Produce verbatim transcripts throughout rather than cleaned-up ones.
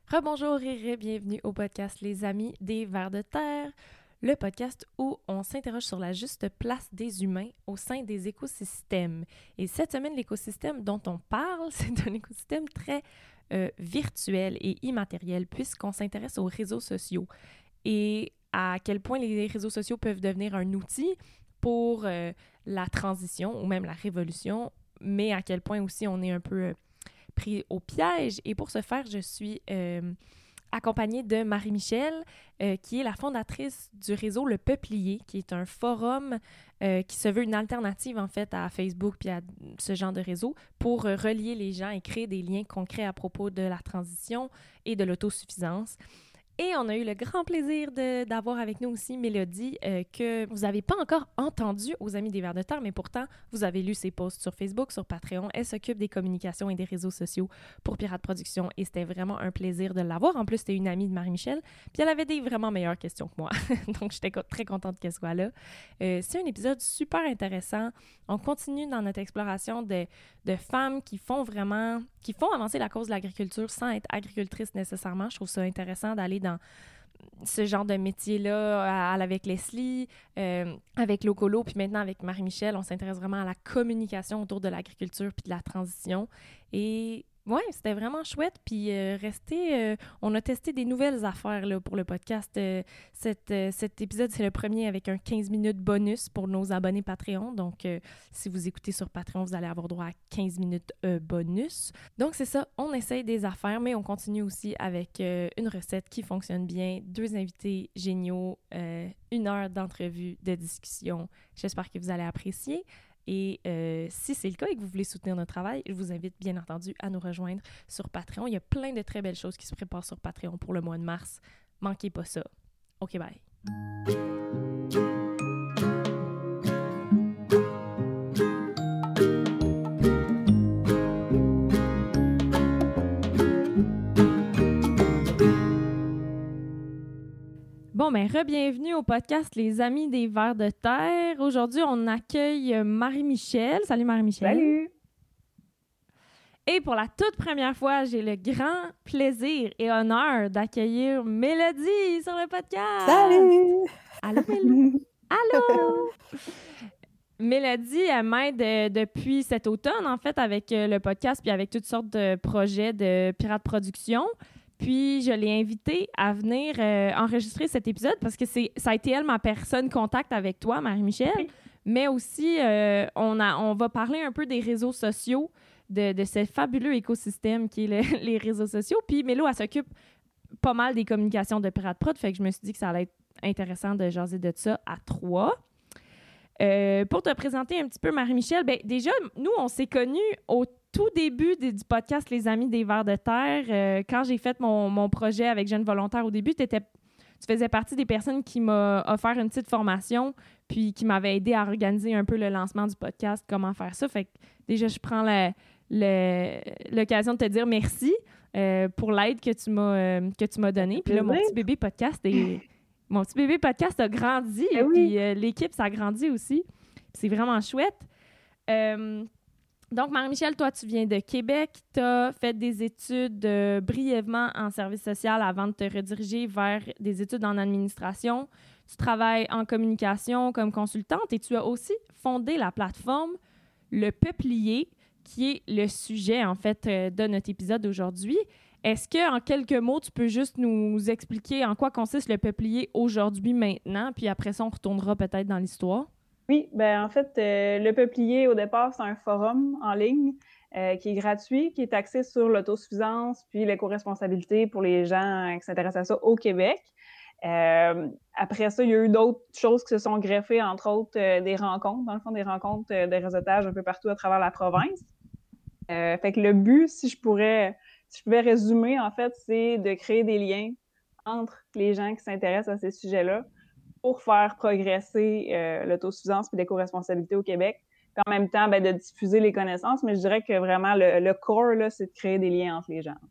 Rebonjour et bienvenue au podcast Les Amis des Vers de Terre, le podcast où on s'interroge sur la juste place des humains au sein des écosystèmes. Et cette semaine, l'écosystème dont on parle, c'est un écosystème très euh, virtuel et immatériel puisqu'on s'intéresse aux réseaux sociaux et à quel point les réseaux sociaux peuvent devenir un outil pour euh, la transition ou même la révolution, mais à quel point aussi on est un peu... Euh, pris au piège. Et pour ce faire, je suis euh, accompagnée de Marie-Michel, euh, qui est la fondatrice du réseau Le Peuplier, qui est un forum euh, qui se veut une alternative, en fait, à Facebook puis à ce genre de réseau pour euh, relier les gens et créer des liens concrets à propos de la transition et de l'autosuffisance. Et on a eu le grand plaisir de, d'avoir avec nous aussi Mélodie, euh, que vous n'avez pas encore entendue aux Amis des Vers de Terre, mais pourtant, vous avez lu ses posts sur Facebook, sur Patreon. Elle s'occupe des communications et des réseaux sociaux pour Pirate Productions et c'était vraiment un plaisir de l'avoir. En plus, c'était une amie de Marie-Michel, puis elle avait des vraiment meilleures questions que moi. Donc, j'étais très contente qu'elle soit là. Euh, c'est un épisode super intéressant. On continue dans notre exploration de, de femmes qui font vraiment, qui font avancer la cause de l'agriculture sans être agricultrices nécessairement. Je trouve ça intéressant d'aller dans ce genre de métier-là, à, avec Leslie, euh, avec Locolo, puis maintenant avec Marie-Michel, on s'intéresse vraiment à la communication autour de l'agriculture puis de la transition. Et ouais, c'était vraiment chouette. Puis euh, rester, euh, on a testé des nouvelles affaires là, pour le podcast. Euh, cet, euh, cet épisode, c'est le premier avec un quinze minutes bonus pour nos abonnés Patreon. Donc, euh, si vous écoutez sur Patreon, vous allez avoir droit à quinze minutes euh, bonus. Donc, c'est ça, on essaye des affaires, mais on continue aussi avec euh, une recette qui fonctionne bien, deux invités géniaux, euh, une heure d'entrevue, de discussion. J'espère que vous allez apprécier. Et euh, si c'est le cas et que vous voulez soutenir notre travail, je vous invite bien entendu à nous rejoindre sur Patreon. Il y a plein de très belles choses qui se préparent sur Patreon pour le mois de mars. Manquez pas ça. OK, bye. Bon, ben, re-bienvenue au podcast Les Amis des Vers de Terre. Aujourd'hui, on accueille Marie-Michel. Salut Marie-Michel. Salut! Et pour la toute première fois, j'ai le grand plaisir et honneur d'accueillir Mélodie sur le podcast. Salut! Allô, Mélodie? Allô! Mélodie, elle m'aide euh, depuis cet automne, en fait, avec euh, le podcast puis avec toutes sortes de projets de Pirate Productions. Puis, je l'ai invitée à venir euh, enregistrer cet épisode parce que c'est, ça a été elle, ma personne contact avec toi, Marie-Michel. Oui. Mais aussi, euh, on, a, on va parler un peu des réseaux sociaux, de, de ce fabuleux écosystème qui est le, les réseaux sociaux. Puis, Mélo, elle s'occupe pas mal des communications de Pirate Prod, fait que je me suis dit que ça allait être intéressant de jaser de ça à trois. Euh, pour te présenter un petit peu, Marie-Michel, ben déjà, nous, on s'est connus au tout début de, du podcast Les Amis des Vers de Terre. Euh, quand j'ai fait mon, mon projet avec Jeunes Volontaires au début, t'étais, tu faisais partie des personnes qui m'ont offert une petite formation puis qui m'avaient aidé à organiser un peu le lancement du podcast, comment faire ça. Fait que déjà, je prends la, la, l'occasion de te dire merci euh, pour l'aide que tu m'as, euh, que tu m'as donnée. Puis là, mon petit bébé podcast est... Mon petit bébé podcast a grandi et oui. puis euh, l'équipe, ça a grandi aussi. C'est vraiment chouette. Euh, donc, Marie-Michel, toi, tu viens de Québec. Tu as fait des études euh, brièvement en service social avant de te rediriger vers des études en administration. Tu travailles en communication comme consultante et tu as aussi fondé la plateforme Le Peuplier, qui est le sujet, en fait, euh, de notre épisode d'aujourd'hui. Est-ce que, en quelques mots, tu peux juste nous expliquer en quoi consiste le Peuplier aujourd'hui, maintenant, puis après ça, on retournera peut-être dans l'histoire? Oui, ben en fait, euh, le Peuplier, au départ, c'est un forum en ligne euh, qui est gratuit, qui est axé sur l'autosuffisance puis l'éco-responsabilité pour les gens qui s'intéressent à ça au Québec. Euh, après ça, il y a eu d'autres choses qui se sont greffées, entre autres euh, des rencontres, dans le fond, des rencontres euh, de réseautage un peu partout à travers la province. Euh, fait que le but, si je pourrais... Si je pouvais résumer, en fait, c'est de créer des liens entre les gens qui s'intéressent à ces sujets-là pour faire progresser euh, l'autosuffisance et l'éco-responsabilité au Québec. Puis en même temps, ben, de diffuser les connaissances. Mais je dirais que vraiment, le, le core, là, c'est de créer des liens entre les gens.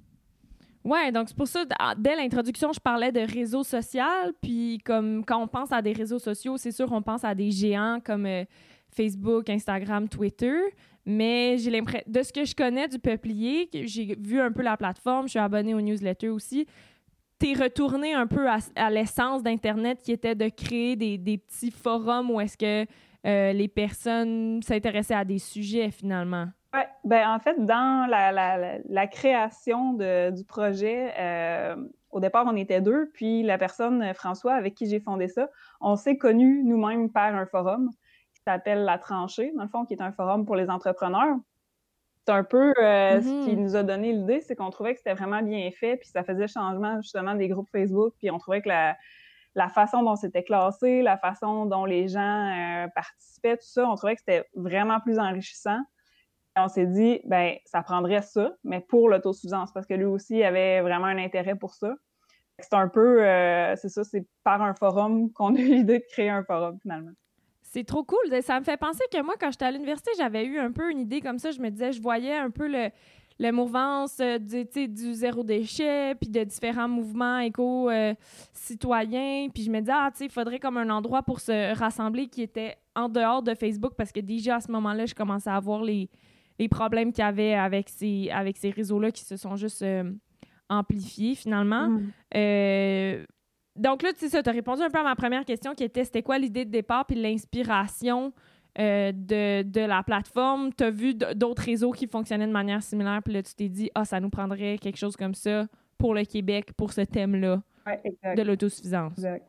Oui, donc c'est pour ça, dès l'introduction, je parlais de réseau social. Puis comme quand on pense à des réseaux sociaux, c'est sûr, on pense à des géants comme... Euh, Facebook, Instagram, Twitter. Mais j'ai l'impression, de ce que je connais du Peuplier, que j'ai vu un peu la plateforme, je suis abonnée aux newsletters aussi, t'es retourné un peu à, à l'essence d'Internet qui était de créer des, des petits forums où est-ce que euh, les personnes s'intéressaient à des sujets finalement. Oui, ben en fait, dans la, la, la, la création de, du projet, euh, au départ, on était deux, puis la personne, François, avec qui j'ai fondé ça, on s'est connus nous-mêmes par un forum qui s'appelle La Tranchée, dans le fond, qui est un forum pour les entrepreneurs. C'est un peu euh, mm-hmm. ce qui nous a donné l'idée, c'est qu'on trouvait que c'était vraiment bien fait, puis ça faisait changement justement des groupes Facebook, puis on trouvait que la, la façon dont c'était classé, la façon dont les gens euh, participaient, tout ça, on trouvait que c'était vraiment plus enrichissant. Et on s'est dit, ben ça prendrait ça, mais pour l'autosuffisance, parce que lui aussi avait vraiment un intérêt pour ça. C'est un peu, euh, c'est ça, c'est par un forum qu'on a eu l'idée de créer un forum, finalement. C'est trop cool. Ça me fait penser que moi, quand j'étais à l'université, j'avais eu un peu une idée comme ça. Je me disais, je voyais un peu le, le mouvance du, du zéro déchet, puis de différents mouvements éco-citoyens. Puis je me disais, ah, tu sais, il faudrait comme un endroit pour se rassembler qui était en dehors de Facebook, parce que déjà, à ce moment-là, je commençais à voir les, les problèmes qu'il y avait avec ces, avec ces réseaux-là qui se sont juste euh, amplifiés, finalement. Mm. Euh, Donc là, tu sais ça, tu as répondu un peu à ma première question qui était c'était quoi l'idée de départ puis l'inspiration euh, de, de la plateforme. Tu as vu d- d'autres réseaux qui fonctionnaient de manière similaire puis là, tu t'es dit « Ah, ça nous prendrait quelque chose comme ça pour le Québec, pour ce thème-là ouais, de l'autosuffisance. » Exact.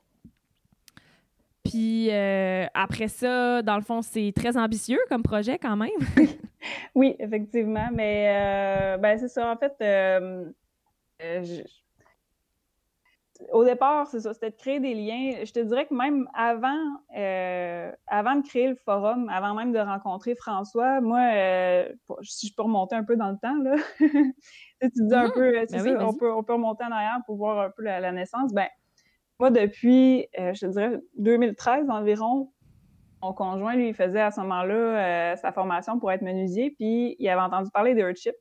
Puis euh, après ça, dans le fond, c'est très ambitieux comme projet quand même. Oui, effectivement, mais euh, ben c'est ça. En fait, euh, euh, je... Au départ, c'est ça, c'était de créer des liens. Je te dirais que même avant, euh, avant de créer le forum, avant même de rencontrer François, moi, euh, si je peux remonter un peu dans le temps, là, tu dis mmh, un peu, c'est ben ça, oui, on, peut, on peut remonter en arrière pour voir un peu la, la naissance. Ben, moi, depuis, euh, je te dirais, deux mille treize environ, mon conjoint, lui, il faisait à ce moment-là euh, sa formation pour être menuisier, puis il avait entendu parler d'Earthship.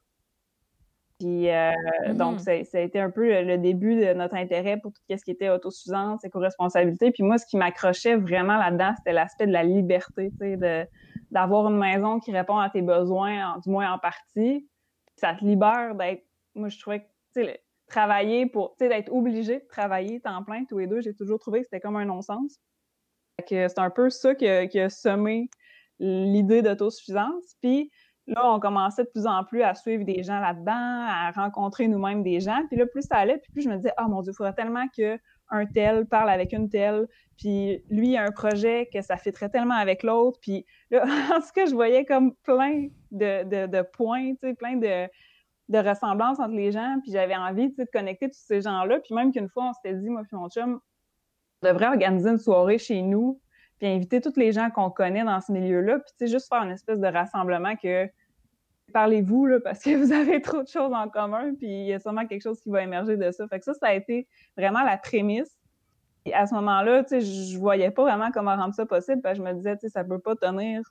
Puis, euh, mm-hmm. donc, ça, ça a été un peu le, le début de notre intérêt pour tout ce qui était autosuffisance, éco-responsabilité. Puis moi, ce qui m'accrochait vraiment là-dedans, c'était l'aspect de la liberté, tu sais, de, d'avoir une maison qui répond à tes besoins, en, du moins en partie. Ça te libère d'être... Moi, je trouvais que, tu sais, travailler pour... Tu sais, d'être obligé de travailler temps plein, tous les deux, j'ai toujours trouvé que c'était comme un non-sens. Fait que c'est un peu ça qui a, qui a semé l'idée d'autosuffisance. Puis... Là, on commençait de plus en plus à suivre des gens là-dedans, à rencontrer nous-mêmes des gens. Puis là, plus ça allait, puis plus je me disais « Ah, oh, mon Dieu, il faudrait tellement qu'un tel parle avec une telle. Puis lui, il a un projet que ça fitterait tellement avec l'autre. » Puis là, en tout cas, je voyais comme plein de, de, de points, tu sais, plein de, de ressemblances entre les gens. Puis j'avais envie, tu sais, de connecter tous ces gens-là. Puis même qu'une fois, on s'était dit, moi puis mon chum, on devrait organiser une soirée chez nous, puis inviter tous les gens qu'on connaît dans ce milieu-là, puis tu sais, juste faire une espèce de rassemblement que parlez-vous, là, parce que vous avez trop de choses en commun, puis il y a sûrement quelque chose qui va émerger de ça. Fait que ça, ça a été vraiment la prémisse. Et à ce moment-là, tu sais, je voyais pas vraiment comment rendre ça possible, parce que je me disais, tu sais, ça peut pas tenir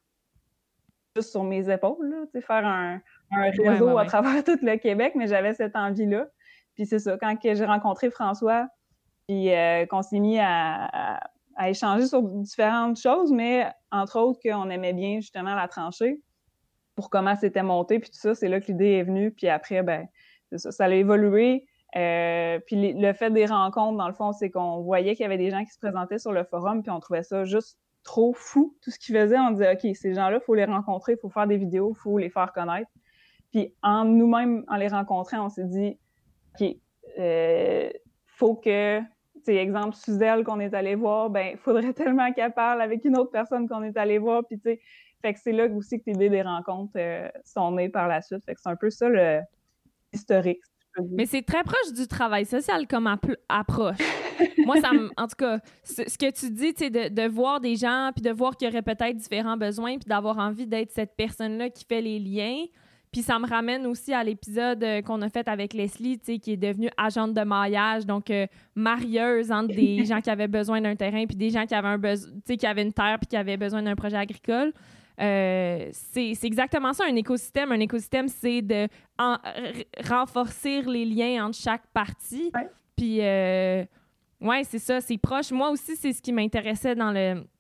juste sur mes épaules, là, tu sais, faire un, un réseau ouais, ouais, ouais. à travers tout le Québec, mais j'avais cette envie-là. Puis c'est ça, quand j'ai rencontré François, puis euh, qu'on s'est mis à, à à échanger sur différentes choses, mais entre autres qu'on aimait bien justement la tranchée pour comment c'était monté, puis tout ça, c'est là que l'idée est venue, puis après, ben c'est ça, ça a évolué. Euh, puis les, le fait des rencontres, dans le fond, c'est qu'on voyait qu'il y avait des gens qui se présentaient sur le forum, puis on trouvait ça juste trop fou, tout ce qu'ils faisaient. On disait, OK, ces gens-là, il faut les rencontrer, il faut faire des vidéos, il faut les faire connaître. Puis en nous-mêmes, en les rencontrant, on s'est dit, OK, euh, faut que... C'est exemple, Suzelle qu'on est allé voir, ben il faudrait tellement qu'elle parle avec une autre personne qu'on est allé voir, puis tu sais, fait que c'est là aussi que l'idée des rencontres euh, sont nées par la suite, fait que c'est un peu ça le historique. Mais c'est très proche du travail social comme app- approche. Moi, ça m- en tout cas, ce, ce que tu dis, tu sais, de, de voir des gens, puis de voir qu'il y aurait peut-être différents besoins, puis d'avoir envie d'être cette personne-là qui fait les liens. Puis ça me ramène aussi à l'épisode euh, qu'on a fait avec Leslie, tu sais, qui est devenue agente de maillage, donc euh, marieuse entre des gens qui avaient besoin d'un terrain puis des gens qui avaient un besoin, tu sais, qui avaient une terre puis qui avaient besoin d'un projet agricole. Euh, c'est, c'est exactement ça, un écosystème. Un écosystème, c'est de en, r- renforcer les liens entre chaque partie. Ouais. Puis, euh, ouais, c'est ça, c'est proche. Moi aussi, c'est ce qui m'intéressait dans le...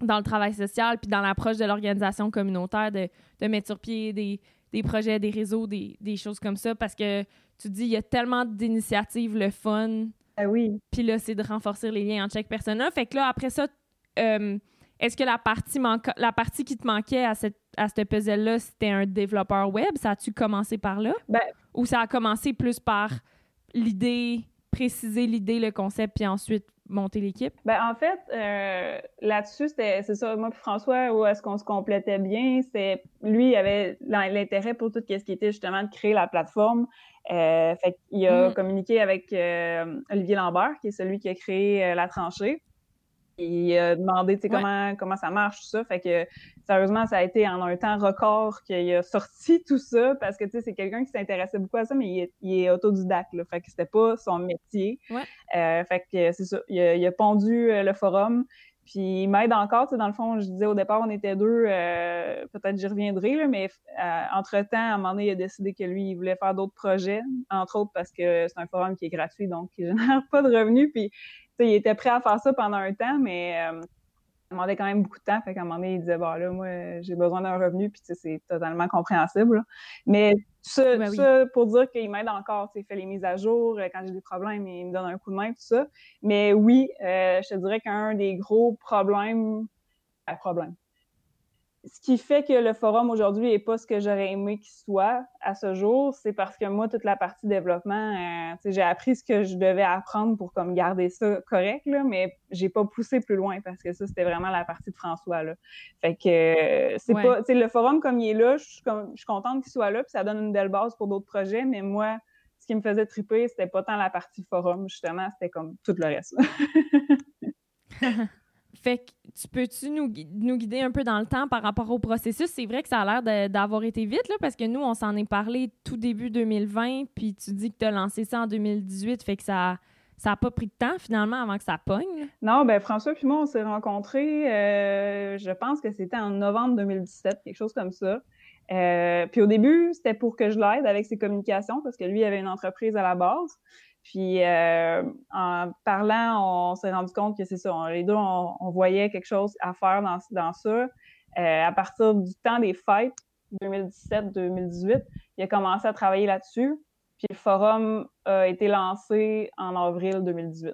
dans le travail social puis dans l'approche de l'organisation communautaire, de, de mettre sur pied des, des projets, des réseaux, des, des choses comme ça, parce que tu te dis, il y a tellement d'initiatives, le fun. Ah oui. Puis là, c'est de renforcer les liens entre chaque personne-là. Fait que là, après ça, euh, est-ce que la partie, manqua- la partie qui te manquait à, cette, à ce puzzle-là, c'était un développeur web? Ça a-tu commencé par là? Ben, Ou ça a commencé plus par l'idée, préciser l'idée, le concept, puis ensuite monter l'équipe? Ben, en fait, euh, là-dessus, c'était, c'est ça, moi puis François, où est-ce qu'on se complétait bien, c'est, lui, il avait l'intérêt pour tout ce qui était justement de créer la plateforme. Euh, fait qu'il a Mm. communiqué avec euh, Olivier Lambert, qui est celui qui a créé euh, La Tranchée. Il a demandé, tu sais, Ouais. comment, comment ça marche, tout ça. Fait que, sérieusement, ça a été en un temps record qu'il a sorti tout ça, parce que, tu sais, c'est quelqu'un qui s'intéressait beaucoup à ça, mais il est, il est autodidacte, là. Fait que c'était pas son métier. Ouais. Euh, fait que, c'est ça. Il a, il a pondu euh, le forum. Puis il m'aide encore, tu sais, dans le fond, je disais au départ, on était deux, euh, peut-être j'y reviendrai, là, mais euh, entre-temps, à un moment donné, il a décidé que lui, il voulait faire d'autres projets, entre autres parce que c'est un forum qui est gratuit, donc qui génère pas de revenus, puis tu sais, il était prêt à faire ça pendant un temps, mais euh, ça demandait quand même beaucoup de temps, fait qu'à un moment donné, il disait, bah là, moi, j'ai besoin d'un revenu, puis tu sais, c'est totalement compréhensible, là. Mais tout ça, Ben tout oui. ça pour dire qu'il m'aide encore, tu sais, il fait les mises à jour, euh, quand j'ai des problèmes, il me donne un coup de main, tout ça. Mais oui, euh, je te dirais qu'un des gros problèmes, un problème, ce qui fait que le forum aujourd'hui est pas ce que j'aurais aimé qu'il soit à ce jour, c'est parce que moi, toute la partie développement, euh, tu sais, j'ai appris ce que je devais apprendre pour comme garder ça correct, là, mais j'ai pas poussé plus loin parce que ça, c'était vraiment la partie de François, là. Fait que euh, c'est Ouais. pas, tu sais, le forum comme il est là, je suis comme, je suis contente qu'il soit là, puis ça donne une belle base pour d'autres projets, mais moi, ce qui me faisait triper, c'était pas tant la partie forum, justement, c'était comme tout le reste. Fait que tu peux-tu nous, gui- nous guider un peu dans le temps par rapport au processus? C'est vrai que ça a l'air de- d'avoir été vite, là, parce que nous, on s'en est parlé tout début deux mille vingt, puis tu dis que tu as lancé ça en deux mille dix-huit, fait que ça ça a pas pris de temps, finalement, avant que ça pogne. là. Non, ben François puis moi, on s'est rencontrés, euh, je pense que c'était en novembre deux mille dix-sept, quelque chose comme ça. Euh, puis au début, c'était pour que je l'aide avec ses communications, parce que lui avait une entreprise à la base. Puis euh, en parlant, on s'est rendu compte que c'est ça, on- les deux, on, on voyait quelque chose à faire dans, dans ça. Euh, à partir du temps des fêtes, deux mille dix-sept deux mille dix-huit, il a commencé à travailler là-dessus. Puis le forum a été lancé en avril deux mille dix-huit.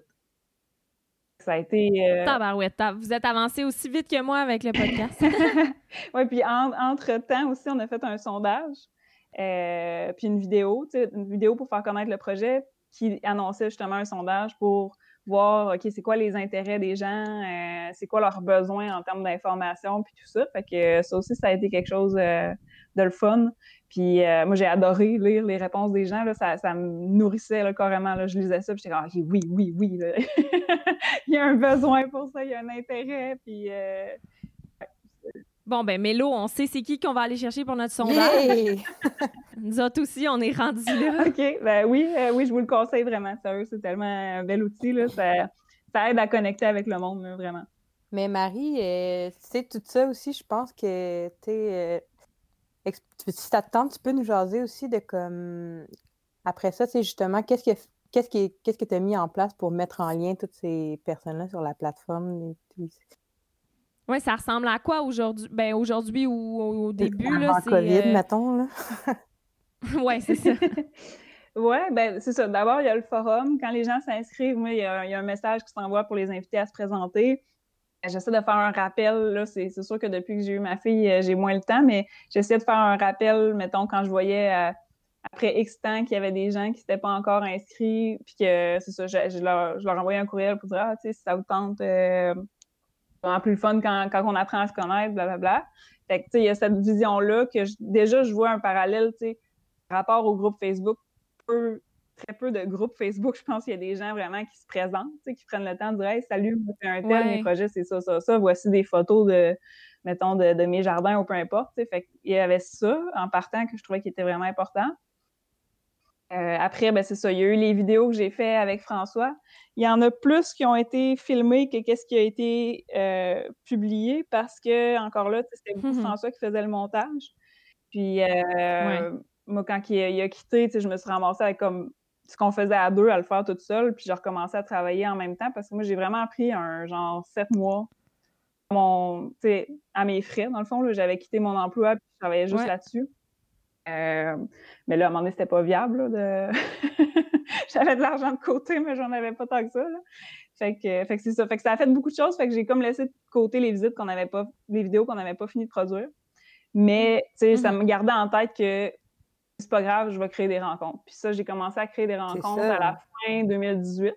Ça a été... Euh... Tabarouette, ta- vous êtes avancé aussi vite que moi avec le podcast. Oui, puis en, entre-temps aussi, on a fait un sondage, euh, puis une vidéo, tu sais, une vidéo pour faire connaître le projet qui annonçait justement un sondage pour voir, OK, c'est quoi les intérêts des gens, euh, c'est quoi leurs besoins en termes d'information, puis tout ça. Fait que ça aussi, ça a été quelque chose euh, de le fun. Puis euh, moi, j'ai adoré lire les réponses des gens, là, ça, ça me nourrissait là, carrément. Là, je lisais ça, puis j'étais comme, OK, oui, oui, oui. Là. Il y a un besoin pour ça, il y a un intérêt, puis... Euh, Bon, ben, Mélo, on sait c'est qui qu'on va aller chercher pour notre sondage. Yeah! Nous autres aussi, on est rendus là. OK, ben oui, euh, oui, je vous le conseille vraiment, sérieux, c'est tellement un bel outil, là, ça, ça aide à connecter avec le monde, là, vraiment. Mais Marie, euh, tu sais, tout ça aussi, je pense que, tu sais, euh, ex- tu- si ça te tente, tu peux nous jaser aussi de comme, après ça, c'est justement, qu'est-ce que qu'est-ce qui qu'est-ce que tu as mis en place pour mettre en lien toutes ces personnes-là sur la plateforme? Et tout. Oui, ça ressemble à quoi aujourd'hui? Ben, aujourd'hui ou au, au début, là, Avant c'est... COVID, euh, mettons, là. ouais, c'est ça. Ouais, ben c'est ça. D'abord, il y a le forum. Quand les gens s'inscrivent, moi, il y a, il y a un message qui s'envoie pour les inviter à se présenter. J'essaie de faire un rappel, là, c'est, c'est sûr que depuis que j'ai eu ma fille, euh, j'ai moins le temps, mais j'essaie de faire un rappel, mettons, quand je voyais euh, après X temps qu'il y avait des gens qui s'étaient pas encore inscrits, puis que, c'est ça, je, je, leur, je leur envoyais un courriel pour dire, ah, tu sais, si ça vous tente, euh, c'est vraiment plus le fun quand, quand on apprend à se connaître, blablabla. Fait que, tu sais, il y a cette vision-là que je, déjà, je vois un parallèle, tu sais, par rapport au groupe Facebook. Peu, très peu de groupes Facebook, je pense qu'il y a des gens vraiment qui se présentent, tu sais, qui prennent le temps de dire « Hey, salut, moi, c'est un tel, Ouais. mes projets, c'est ça, ça, ça. Voici des photos de, mettons, de, de mes jardins ou peu importe. » Tu sais, fait qu'il y avait ça, en partant, que je trouvais qui était vraiment important. Euh, après, ben c'est ça, il y a eu les vidéos que j'ai faites avec François. Il y en a plus qui ont été filmées que qu'est-ce qui a été euh, publié parce que, encore là, c'était beaucoup François qui faisait le montage. Puis, euh, Ouais. moi, quand il, il a quitté, je me suis ramassée avec comme ce qu'on faisait à deux, à le faire toute seule, puis j'ai recommencé à travailler en même temps parce que moi, j'ai vraiment pris un genre sept mois mon, à mes frais, dans le fond. Là, j'avais quitté mon emploi puis je travaillais juste ouais. là-dessus. Euh, mais là, à un moment donné, c'était pas viable. Là, de... J'avais de l'argent de côté, mais j'en avais pas tant que ça. Là. Fait que, fait que c'est ça. Fait que ça a fait beaucoup de choses. Fait que j'ai comme laissé de côté les visites qu'on n'avait pas, les vidéos qu'on n'avait pas fini de produire. Mais, tu sais, mm-hmm. ça me gardait en tête que c'est pas grave, je vais créer des rencontres. Puis ça, j'ai commencé à créer des rencontres à la fin deux mille dix-huit.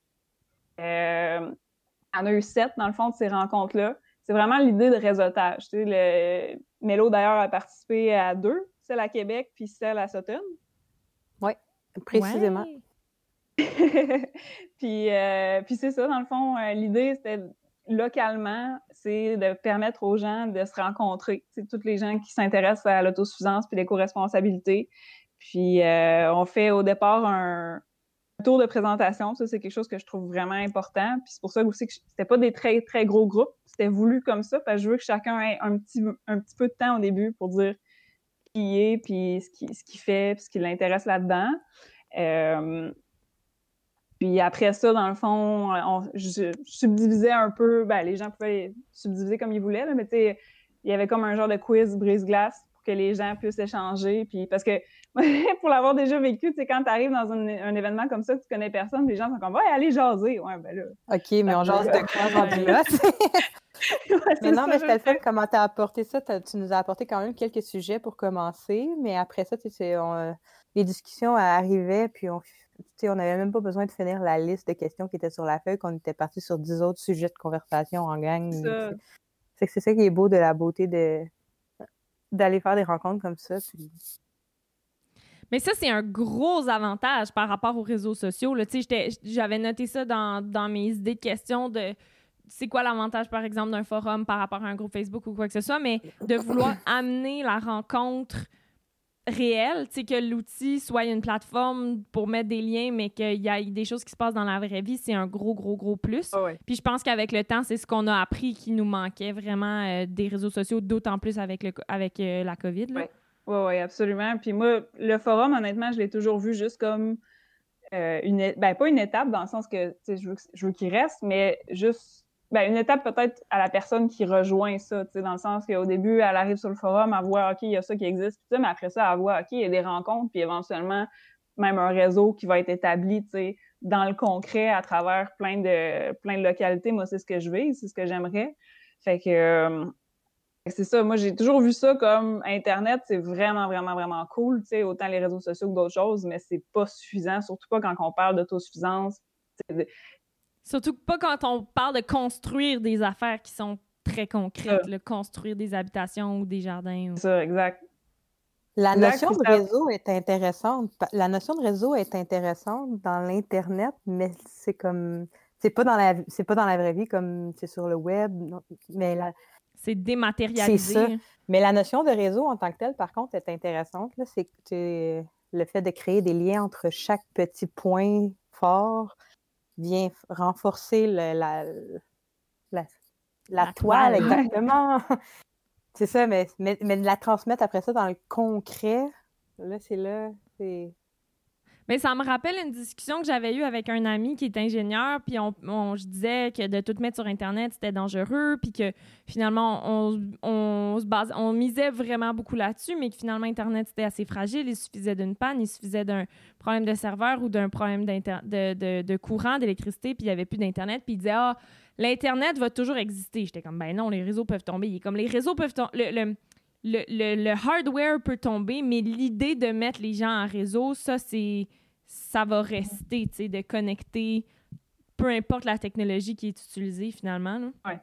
Euh, il y en a eu sept, dans le fond, de ces rencontres-là. C'est vraiment l'idée de réseautage. Tu sais, le... Mélo, d'ailleurs, a participé à deux, celle à Québec puis celle à Sutton. Oui, précisément. Ouais. puis, euh, puis c'est ça, dans le fond, euh, l'idée, c'était localement, c'est de permettre aux gens de se rencontrer. C'est toutes les gens qui s'intéressent à l'autosuffisance puis l'éco-responsabilité. Puis euh, on fait au départ un tour de présentation. Ça, c'est quelque chose que je trouve vraiment important. Puis c'est pour ça aussi que c'était pas des très, très gros groupes. C'était voulu comme ça, parce que je veux que chacun ait un petit, un petit peu de temps au début pour dire qui il est, puis ce qu'il, ce qu'il fait, puis ce qui l'intéresse là-dedans. Euh, puis après ça, dans le fond, on, je, je subdivisais un peu, ben les gens pouvaient subdiviser comme ils voulaient, là, mais tu sais, il y avait comme un genre de quiz brise-glace pour que les gens puissent échanger. Puis parce que pour l'avoir déjà vécu, tu sais, quand tu arrives dans un, un événement comme ça, que tu connais personne, les gens sont comme, ouais, allez jaser. Ouais, ben là. OK, mais on jase de quoi rendu là? Ouais, mais non, ça, mais c'était le fait comment tu as apporté ça. Tu nous as apporté quand même quelques sujets pour commencer, mais après ça, tu sais, on, les discussions arrivaient, puis on on n'avait même pas besoin de finir la liste de questions qui étaient sur la feuille, qu'on était parti sur dix autres sujets de conversation en gang. C'est, c'est, c'est ça qui est beau de la beauté de, d'aller faire des rencontres comme ça. Puis... Mais ça, c'est un gros avantage par rapport aux réseaux sociaux. Là. J'étais, j'avais noté ça dans, dans mes idées de questions de c'est quoi l'avantage, par exemple, d'un forum par rapport à un groupe Facebook ou quoi que ce soit, mais de vouloir amener la rencontre réel, tu sais, que l'outil soit une plateforme pour mettre des liens, mais qu'il y a des choses qui se passent dans la vraie vie, c'est un gros, gros, gros plus. Oh ouais. Puis je pense qu'avec le temps, c'est ce qu'on a appris qui nous manquait vraiment euh, des réseaux sociaux, d'autant plus avec, le, avec euh, la COVID. Oui, oui, ouais, absolument. Puis moi, le forum, honnêtement, je l'ai toujours vu juste comme euh, une... Ben, pas une étape, dans le sens que, tu sais, je veux, je veux qu'il reste, mais juste... Ben, une étape peut-être à la personne qui rejoint ça, tu sais, dans le sens qu'au début, elle arrive sur le forum, elle voit, OK, il y a ça qui existe, puis ça, mais après ça, elle voit, OK, il y a des rencontres, puis éventuellement, même un réseau qui va être établi, tu sais, dans le concret, à travers plein de, plein de localités. Moi, c'est ce que je vise, c'est ce que j'aimerais. Fait que, euh, c'est ça. Moi, j'ai toujours vu ça comme Internet, c'est vraiment, vraiment, vraiment cool, tu sais, autant les réseaux sociaux que d'autres choses, mais c'est pas suffisant, surtout pas quand on parle d'autosuffisance. Surtout pas quand on parle de construire des affaires qui sont très concrètes, le construire des habitations ou des jardins. Ou... C'est ça, exact. La exact, notion de réseau est intéressante. La notion de réseau est intéressante dans l'Internet, mais c'est comme... C'est pas dans la, c'est pas dans la vraie vie comme c'est sur le web, mais la... C'est dématérialisé. C'est ça. Mais la notion de réseau en tant que telle, par contre, est intéressante. Là. C'est, c'est le fait de créer des liens entre chaque petit point fort vient renforcer le, la, la, la, la toile, toile, exactement. C'est ça, mais, mais, mais de la transmettre après ça dans le concret, là, c'est là, c'est... Mais ça me rappelle une discussion que j'avais eue avec un ami qui est ingénieur, puis on, on, je disais que de tout mettre sur Internet, c'était dangereux, puis que finalement, on, on, se base, on misait vraiment beaucoup là-dessus, mais que finalement, Internet, c'était assez fragile. Il suffisait d'une panne, il suffisait d'un problème de serveur ou d'un problème de, de, de courant, d'électricité, puis il n'y avait plus d'Internet. Puis il disait « Ah, l'Internet va toujours exister. » J'étais comme « Ben non, les réseaux peuvent tomber. » Il est comme « Les réseaux peuvent tomber. » Le, le, Le, le, le hardware peut tomber, mais l'idée de mettre les gens en réseau, ça, c'est, ça va rester, tu sais, de connecter, peu importe la technologie qui est utilisée, finalement. Oui.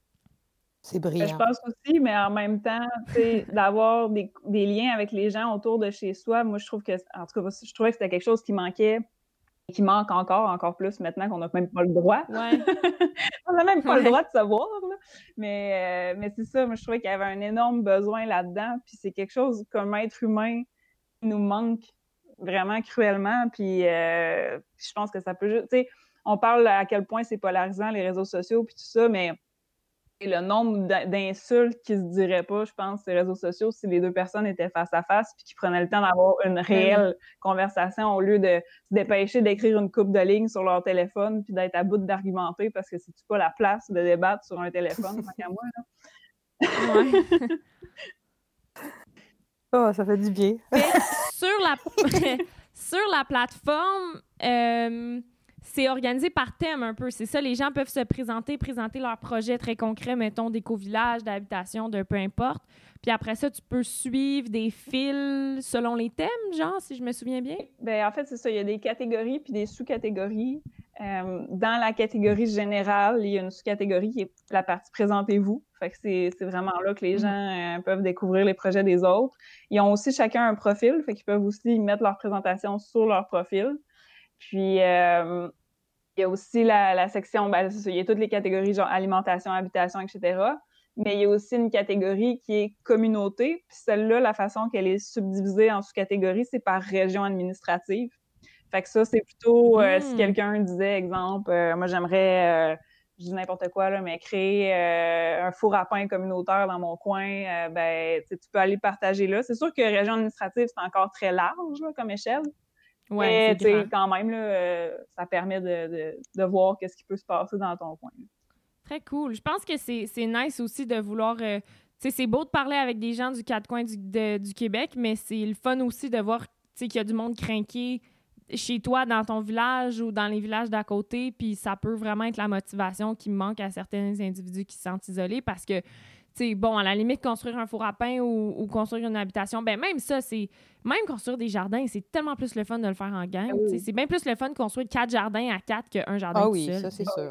C'est brillant. Je pense aussi, mais en même temps, tu sais, d'avoir des, des liens avec les gens autour de chez soi, moi, je trouve que, en tout cas, je trouvais que c'était quelque chose qui manquait et qui manque encore, encore plus maintenant qu'on n'a même pas le droit. Ouais. On n'a même pas ouais. le droit de savoir, là. Mais, euh, mais c'est ça, moi, je trouvais qu'il y avait un énorme besoin là-dedans, puis c'est quelque chose comme être humain qui nous manque vraiment cruellement, puis euh, je pense que ça peut juste... Tu sais, on parle à quel point c'est polarisant, les réseaux sociaux, puis tout ça, mais Et le nombre d'insultes qui se diraient pas, je pense, sur les réseaux sociaux, si les deux personnes étaient face à face puis qu'ils prenaient le temps d'avoir une réelle oui. conversation au lieu de se dépêcher d'écrire une couple de lignes sur leur téléphone puis d'être à bout d'argumenter parce que c'est pas la place de débattre sur un téléphone, tant qu'à moi, là. Ouais. Oh, ça fait du bien. sur la sur la plateforme, euh, c'est organisé par thème un peu. C'est ça, les gens peuvent se présenter, présenter leurs projets très concrets, mettons d'éco-village, d'habitation, de peu importe. Puis après ça, tu peux suivre des fils selon les thèmes, genre, si je me souviens bien? Bien, en fait, c'est ça. Il y a des catégories puis des sous-catégories. Euh, dans la catégorie générale, il y a une sous-catégorie qui est la partie « Présentez-vous ». Fait que c'est, c'est vraiment là que les gens euh, peuvent découvrir les projets des autres. Ils ont aussi chacun un profil, fait qu'ils peuvent aussi mettre leur présentation sur leur profil. Puis, euh, il y a aussi la, la section, ben, c'est ça, il y a toutes les catégories, genre alimentation, habitation, et cetera. Mais il y a aussi une catégorie qui est communauté. Puis celle-là, la façon qu'elle est subdivisée en sous-catégories, c'est par région administrative. Fait que ça, c'est plutôt euh, mmh. si quelqu'un disait, exemple, euh, moi j'aimerais, euh, je dis n'importe quoi, là, mais créer euh, un four à pain communautaire dans mon coin, euh, ben, tu peux aller partager là. C'est sûr que région administrative, c'est encore très large là, comme échelle. Ouais, mais tu sais, quand même, là, euh, ça permet de, de, de voir qu'est-ce qui peut se passer dans ton coin. Très cool. Je pense que c'est, c'est nice aussi de vouloir... Euh, tu sais, c'est beau de parler avec des gens du quatre coins du, de, du Québec, mais c'est le fun aussi de voir qu'il y a du monde crinqué chez toi, dans ton village ou dans les villages d'à côté, puis ça peut vraiment être la motivation qui manque à certains individus qui se sentent isolés parce que, tu sais, bon, à la limite, construire un four à pain ou, ou construire une habitation, ben même ça, c'est... Même construire des jardins, c'est tellement plus le fun de le faire en gang. Ah oui. C'est bien plus le fun de construire quatre jardins à quatre qu'un jardin ah tout oui, seul. Ça, c'est sûr.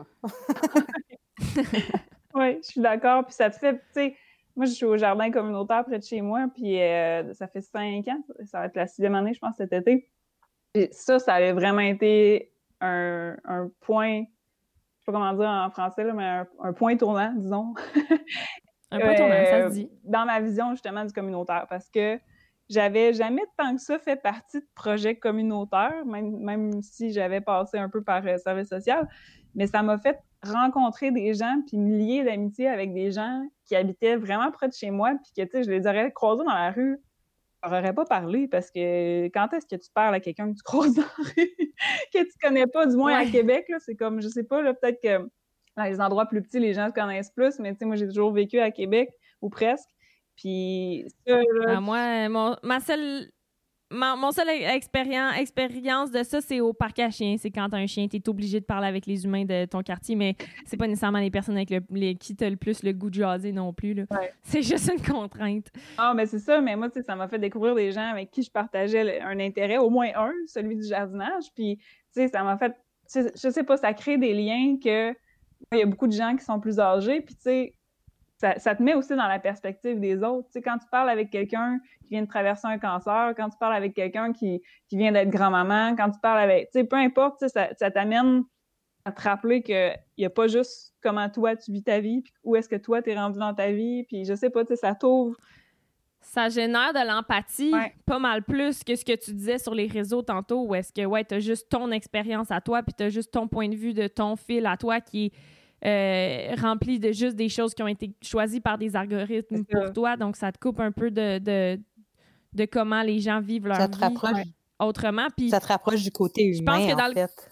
Oui, je suis d'accord. Puis ça te fait, tu sais, moi, je suis au jardin communautaire près de chez moi, puis euh, ça fait cinq ans, ça va être la sixième année, je pense, cet été. Et ça, ça avait vraiment été un, un point, je sais pas comment dire en français, là, mais un, un point tournant, disons. Un point tournant, euh, ça se dit. Dans ma vision, justement, du communautaire, parce que j'avais jamais tant que ça fait partie de projets communautaires, même, même si j'avais passé un peu par euh, service social, mais ça m'a fait rencontrer des gens puis me lier d'amitié avec des gens qui habitaient vraiment près de chez moi puis que, tu sais, je les aurais croisés dans la rue, je leur aurais pas parlé parce que quand est-ce que tu parles à quelqu'un que tu croises dans la rue que tu connais pas, du moins ouais. à Québec, là, c'est comme, je sais pas, là, peut-être que dans les endroits plus petits, les gens se connaissent plus, mais tu sais, moi, j'ai toujours vécu à Québec, ou presque. Puis ça, là... Ah, moi, mon, ma seule... Ma, mon seule expérience, expérience de ça, c'est au parc à chiens. C'est quand t'as un chien, t'es obligé de parler avec les humains de ton quartier, mais c'est pas nécessairement les personnes avec le, les, qui t'as le plus le goût de jaser non plus. Là. Ouais. C'est juste une contrainte. Ah, mais c'est ça. Mais moi, tu sais, ça m'a fait découvrir des gens avec qui je partageais un intérêt, au moins un, celui du jardinage. Puis, tu sais, ça m'a fait... Je sais pas, ça crée des liens que... Il y a beaucoup de gens qui sont plus âgés, puis tu sais, Ça, ça te met aussi dans la perspective des autres. Tu sais, quand tu parles avec quelqu'un qui vient de traverser un cancer, quand tu parles avec quelqu'un qui, qui vient d'être grand-maman, quand tu parles avec... Tu sais, peu importe, tu sais, ça, ça t'amène à te rappeler qu'il n'y a pas juste comment toi tu vis ta vie, puis où est-ce que toi t'es rendu dans ta vie, puis je sais pas, tu sais, ça t'ouvre. Ça génère de l'empathie ouais. pas mal plus que ce que tu disais sur les réseaux tantôt, où est-ce que, ouais, t'as juste ton expérience à toi, puis t'as juste ton point de vue de ton fil à toi qui est Euh, rempli de juste des choses qui ont été choisies par des algorithmes pour ça. Toi, donc ça te coupe un peu de, de, de comment les gens vivent leur ça te vie rapproche, autrement. Puis, ça te rapproche du côté humain, je pense que dans en le... fait.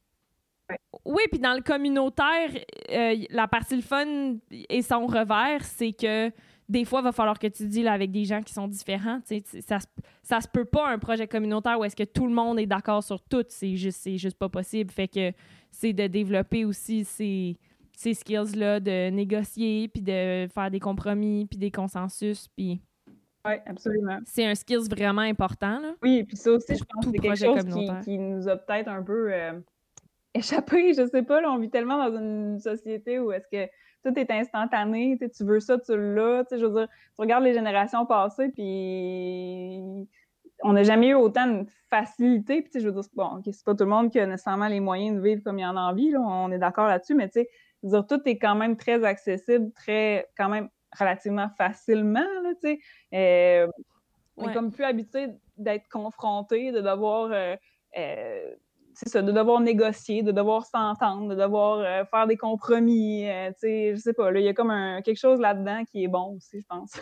Oui, puis dans le communautaire, euh, la partie le fun et son revers, c'est que des fois, il va falloir que tu deals avec des gens qui sont différents. T'sais, ça, ça se peut pas un projet communautaire où est-ce que tout le monde est d'accord sur tout. C'est juste, c'est juste pas possible. Fait que c'est de développer aussi ces... ces skills-là de négocier, puis de faire des compromis, puis des consensus, puis... Oui, absolument. C'est un skills vraiment important, là. Oui, puis ça aussi, je pense que c'est quelque chose qui, qui nous a peut-être un peu euh, échappé, je sais pas, là, on vit tellement dans une société où est-ce que tout est instantané, tu veux ça, tu l'as, je veux dire, tu regardes les générations passées, puis... on n'a jamais eu autant de facilité. Puis, je veux dire, bon, okay, c'est pas tout le monde qui a nécessairement les moyens de vivre comme il y en a envie, là, on est d'accord là-dessus, mais tu sais, je veux dire, tout est quand même très accessible, très, quand même relativement facilement, là, tu sais. Euh, on ouais. est comme plus habitué d'être confronté, de devoir euh, euh, c'est ça, de devoir négocier, de devoir s'entendre, de devoir euh, faire des compromis. Euh, tu sais, je sais pas, là, il y a comme un, quelque chose là-dedans qui est bon aussi, je pense.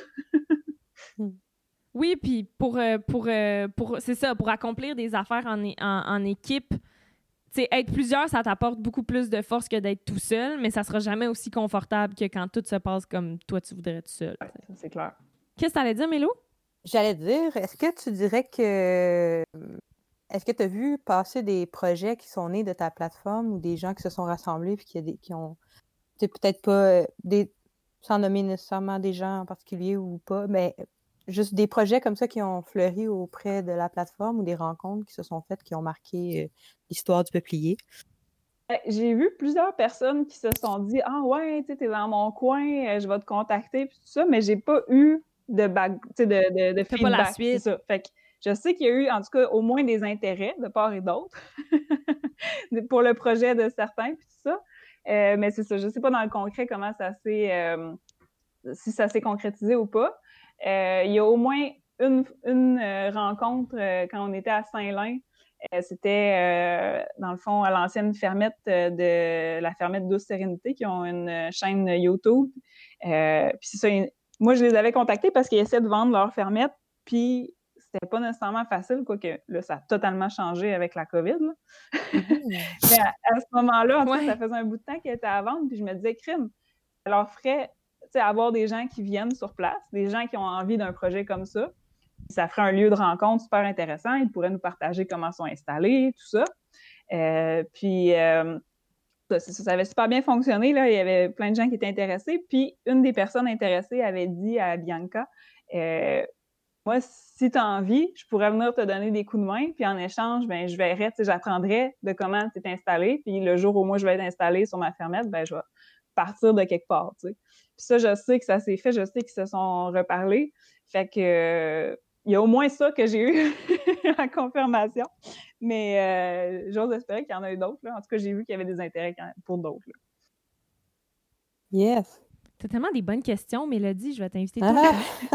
Oui, puis pour, euh, pour, euh, pour c'est ça, pour accomplir des affaires en, en, en équipe, tu sais, être plusieurs, ça t'apporte beaucoup plus de force que d'être tout seul, mais ça sera jamais aussi confortable que quand tout se passe comme toi, tu voudrais tout seul. Ouais, ça, c'est clair. Qu'est-ce que t'allais dire, Mélo? J'allais dire, est-ce que tu dirais que... Est-ce que tu as vu passer des projets qui sont nés de ta plateforme ou des gens qui se sont rassemblés puis qui, a des, qui ont... Tu sais, peut-être pas des... sans nommer nécessairement des gens en particulier ou pas, mais juste des projets comme ça qui ont fleuri auprès de la plateforme ou des rencontres qui se sont faites qui ont marqué euh, l'histoire du peuplier? J'ai vu plusieurs personnes qui se sont dit « Ah ouais, tu sais, t'es dans mon coin, je vais te contacter », puis tout ça, mais j'ai pas eu de, back, de, de, de feedback. Pas la suite. C'est ça. Fait que je sais qu'il y a eu, en tout cas, au moins des intérêts de part et d'autre pour le projet de certains, puis tout ça. Euh, mais c'est ça, je sais pas dans le concret comment ça s'est... Euh, si ça s'est concrétisé ou pas. Euh, il y a au moins une, une euh, rencontre euh, quand on était à Saint-Lin. Euh, c'était, euh, dans le fond, à l'ancienne fermette euh, de la fermette Douce Sérénité, qui ont une chaîne YouTube. Euh, puis c'est ça, moi, je les avais contactés parce qu'ils essaient de vendre leur fermette, puis c'était pas nécessairement facile, quoique là, ça a totalement changé avec la COVID. Là. Mais à, à ce moment-là, en tout cas, ouais. Ça faisait un bout de temps qu'elle était à vendre, puis je me disais, crime, ça leur ferait avoir des gens qui viennent sur place, des gens qui ont envie d'un projet comme ça. Ça ferait un lieu de rencontre super intéressant. Ils pourraient nous partager comment ils sont installés, tout ça. Euh, puis, euh, ça, ça avait super bien fonctionné. Là. Il y avait plein de gens qui étaient intéressés. Puis, une des personnes intéressées avait dit à Bianca, euh, moi, si tu as envie, je pourrais venir te donner des coups de main. Puis, en échange, ben, je verrais, j'apprendrais de comment tu es installé. Puis, le jour où moi, je vais être installée sur ma fermette, ben, je vais partir de quelque part, tu sais. Puis ça, je sais que ça s'est fait, je sais qu'ils se sont reparlés. Fait que euh, il y a au moins ça que j'ai eu en confirmation. Mais euh, j'ose espérer qu'il y en a eu d'autres. Là. En tout cas, j'ai vu qu'il y avait des intérêts pour d'autres. Là. Yes! T'as tellement des bonnes questions, Mélodie, je vais t'inviter tout ah.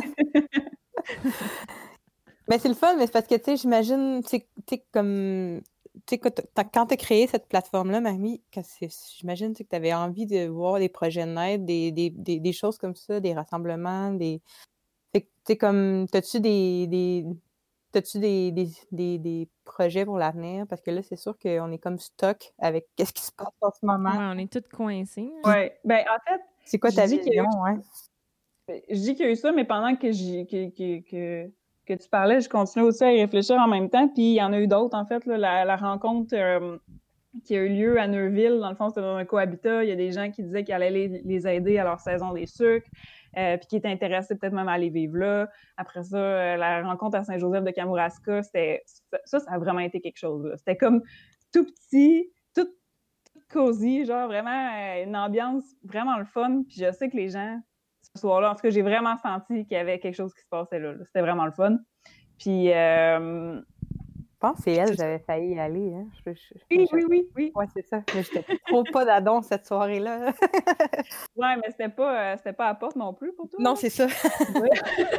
Mais c'est le fun, mais c'est parce que, tu sais, j'imagine, tu sais, comme... Tu sais, quand tu as créé cette plateforme-là, Mamie, j'imagine que tu avais envie de voir des projets naître, des, des, des, des choses comme ça, des rassemblements, des... Fait que, tu sais, comme, t'as-tu des... des... T'as-tu des, des, des, des projets pour l'avenir? Parce que là, c'est sûr qu'on est comme stock avec qu'est-ce qui se passe en ce moment. Ouais, on est tous coincés. Oui. Ben en fait... C'est quoi ta vision, eu... ouais? Je dis qu'il y a eu ça, mais pendant que j'ai... Que, que, que... que tu parlais, je continue aussi à y réfléchir en même temps, puis il y en a eu d'autres, en fait, là, la, la rencontre euh, qui a eu lieu à Neuville, dans le fond, c'était dans un cohabitat, il y a des gens qui disaient qu'ils allaient les, les aider à leur saison des sucres, euh, puis qui étaient intéressés peut-être même à aller vivre là. Après ça, euh, la rencontre à Saint-Joseph de Kamouraska, c'était, ça, ça a vraiment été quelque chose, là. C'était comme tout petit, tout, tout cosy, genre vraiment euh, une ambiance vraiment le fun, puis je sais que les gens... ce soir-là. En tout cas, j'ai vraiment senti qu'il y avait quelque chose qui se passait là. là. C'était vraiment le fun. Puis... Euh... Je pense que c'est elle, j'avais failli y aller. Hein. Je, je, oui, je... oui, oui, oui. Ouais, c'est ça. Mais j'étais trop pas d'adon cette soirée-là. Ouais, mais c'était pas, euh, c'était pas à porte non plus pour toi. Non, c'est ça. Ouais.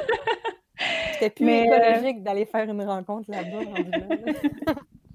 C'était plus mais, écologique euh... d'aller faire une rencontre là-bas. là.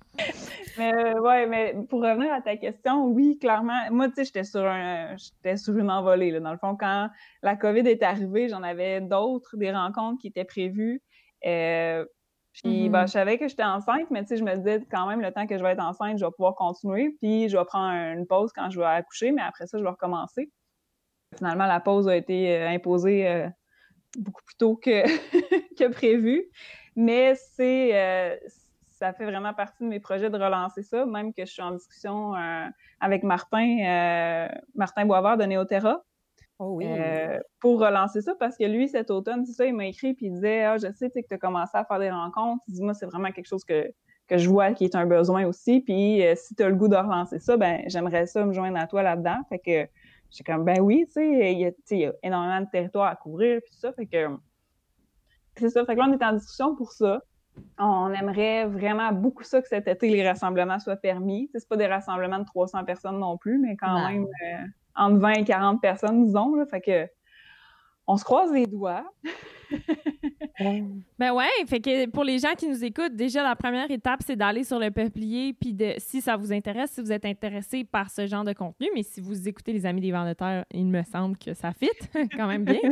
Mais euh, ouais, mais pour revenir à ta question, oui, clairement, moi, tu sais, j'étais sur un, j'étais sur une envolée, là. Dans le fond, quand la COVID est arrivée, j'en avais d'autres, des rencontres qui étaient prévues. Euh, puis, mm-hmm. ben, je savais que j'étais enceinte, mais tu sais, je me disais quand même, le temps que je vais être enceinte, je vais pouvoir continuer, puis je vais prendre une pause quand je vais accoucher, mais après ça, je vais recommencer. Finalement, la pause a été euh, imposée euh, beaucoup plus tôt que, que prévu, mais c'est... Euh, ça fait vraiment partie de mes projets de relancer ça, même que je suis en discussion euh, avec Martin, euh, Martin Boisvert de Néoterra, oh oui. euh, pour relancer ça, parce que lui, cet automne, c'est ça, il m'a écrit, puis il disait, ah, je sais que tu as commencé à faire des rencontres, il dit, moi, c'est vraiment quelque chose que, que je vois qui est un besoin aussi, puis euh, si tu as le goût de relancer ça, ben j'aimerais ça me joindre à toi là-dedans, fait que j'étais comme, ben oui, tu sais, il y a, y a énormément de territoires à couvrir, puis tout ça, fait que c'est ça, fait que là, on est en discussion pour ça. On aimerait vraiment beaucoup ça que cet été, les rassemblements soient permis. C'est pas des rassemblements de trois cents personnes non plus, mais quand non. même euh, entre vingt et quarante personnes, disons. Là, fait que on se croise les doigts. Ben ouais, fait que pour les gens qui nous écoutent, déjà la première étape, c'est d'aller sur le peuplier, puis de, si ça vous intéresse, si vous êtes intéressé par ce genre de contenu, mais si vous écoutez les Amis des Vers de Terre, il me semble que ça fit quand même bien.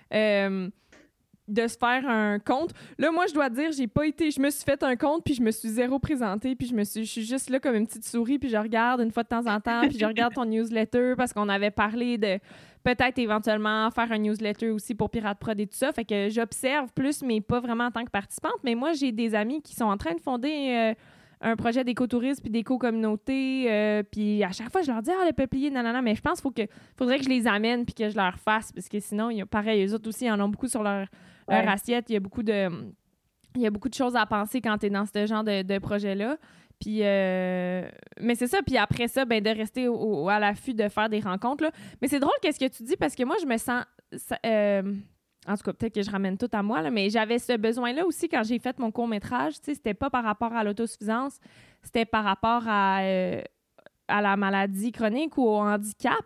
Euh, de se faire un compte. Là, moi, je dois dire, j'ai pas été... Je me suis fait un compte, puis je me suis zéro présentée, puis je me suis... Je suis juste là comme une petite souris, puis je regarde une fois de temps en temps, puis je regarde ton newsletter, parce qu'on avait parlé de peut-être éventuellement faire un newsletter aussi pour Pirate Prod et tout ça. Fait que j'observe plus, mais pas vraiment en tant que participante. Mais moi, j'ai des amis qui sont en train de fonder... Euh, un projet d'écotourisme puis d'éco-communauté, euh, puis à chaque fois, je leur dis « Ah, le peuplier, non, non, non », mais je pense qu'il faut que, faudrait que je les amène puis que je leur fasse, parce que sinon, il y a, pareil, eux autres aussi, ils en ont beaucoup sur leur, leur Ouais. assiette. Il y a beaucoup de... Il y a beaucoup de choses à penser quand tu es dans ce genre de, de projet-là. Puis, euh, mais c'est ça. Puis après ça, ben, de rester au, au, à l'affût de faire des rencontres, là. Mais c'est drôle qu'est-ce que tu dis, parce que moi, je me sens... Ça, euh, en tout cas, peut-être que je ramène tout à moi, là, mais j'avais ce besoin-là aussi quand j'ai fait mon court-métrage. Tu sais, c'était pas par rapport à l'autosuffisance, c'était par rapport à, euh, à la maladie chronique ou au handicap.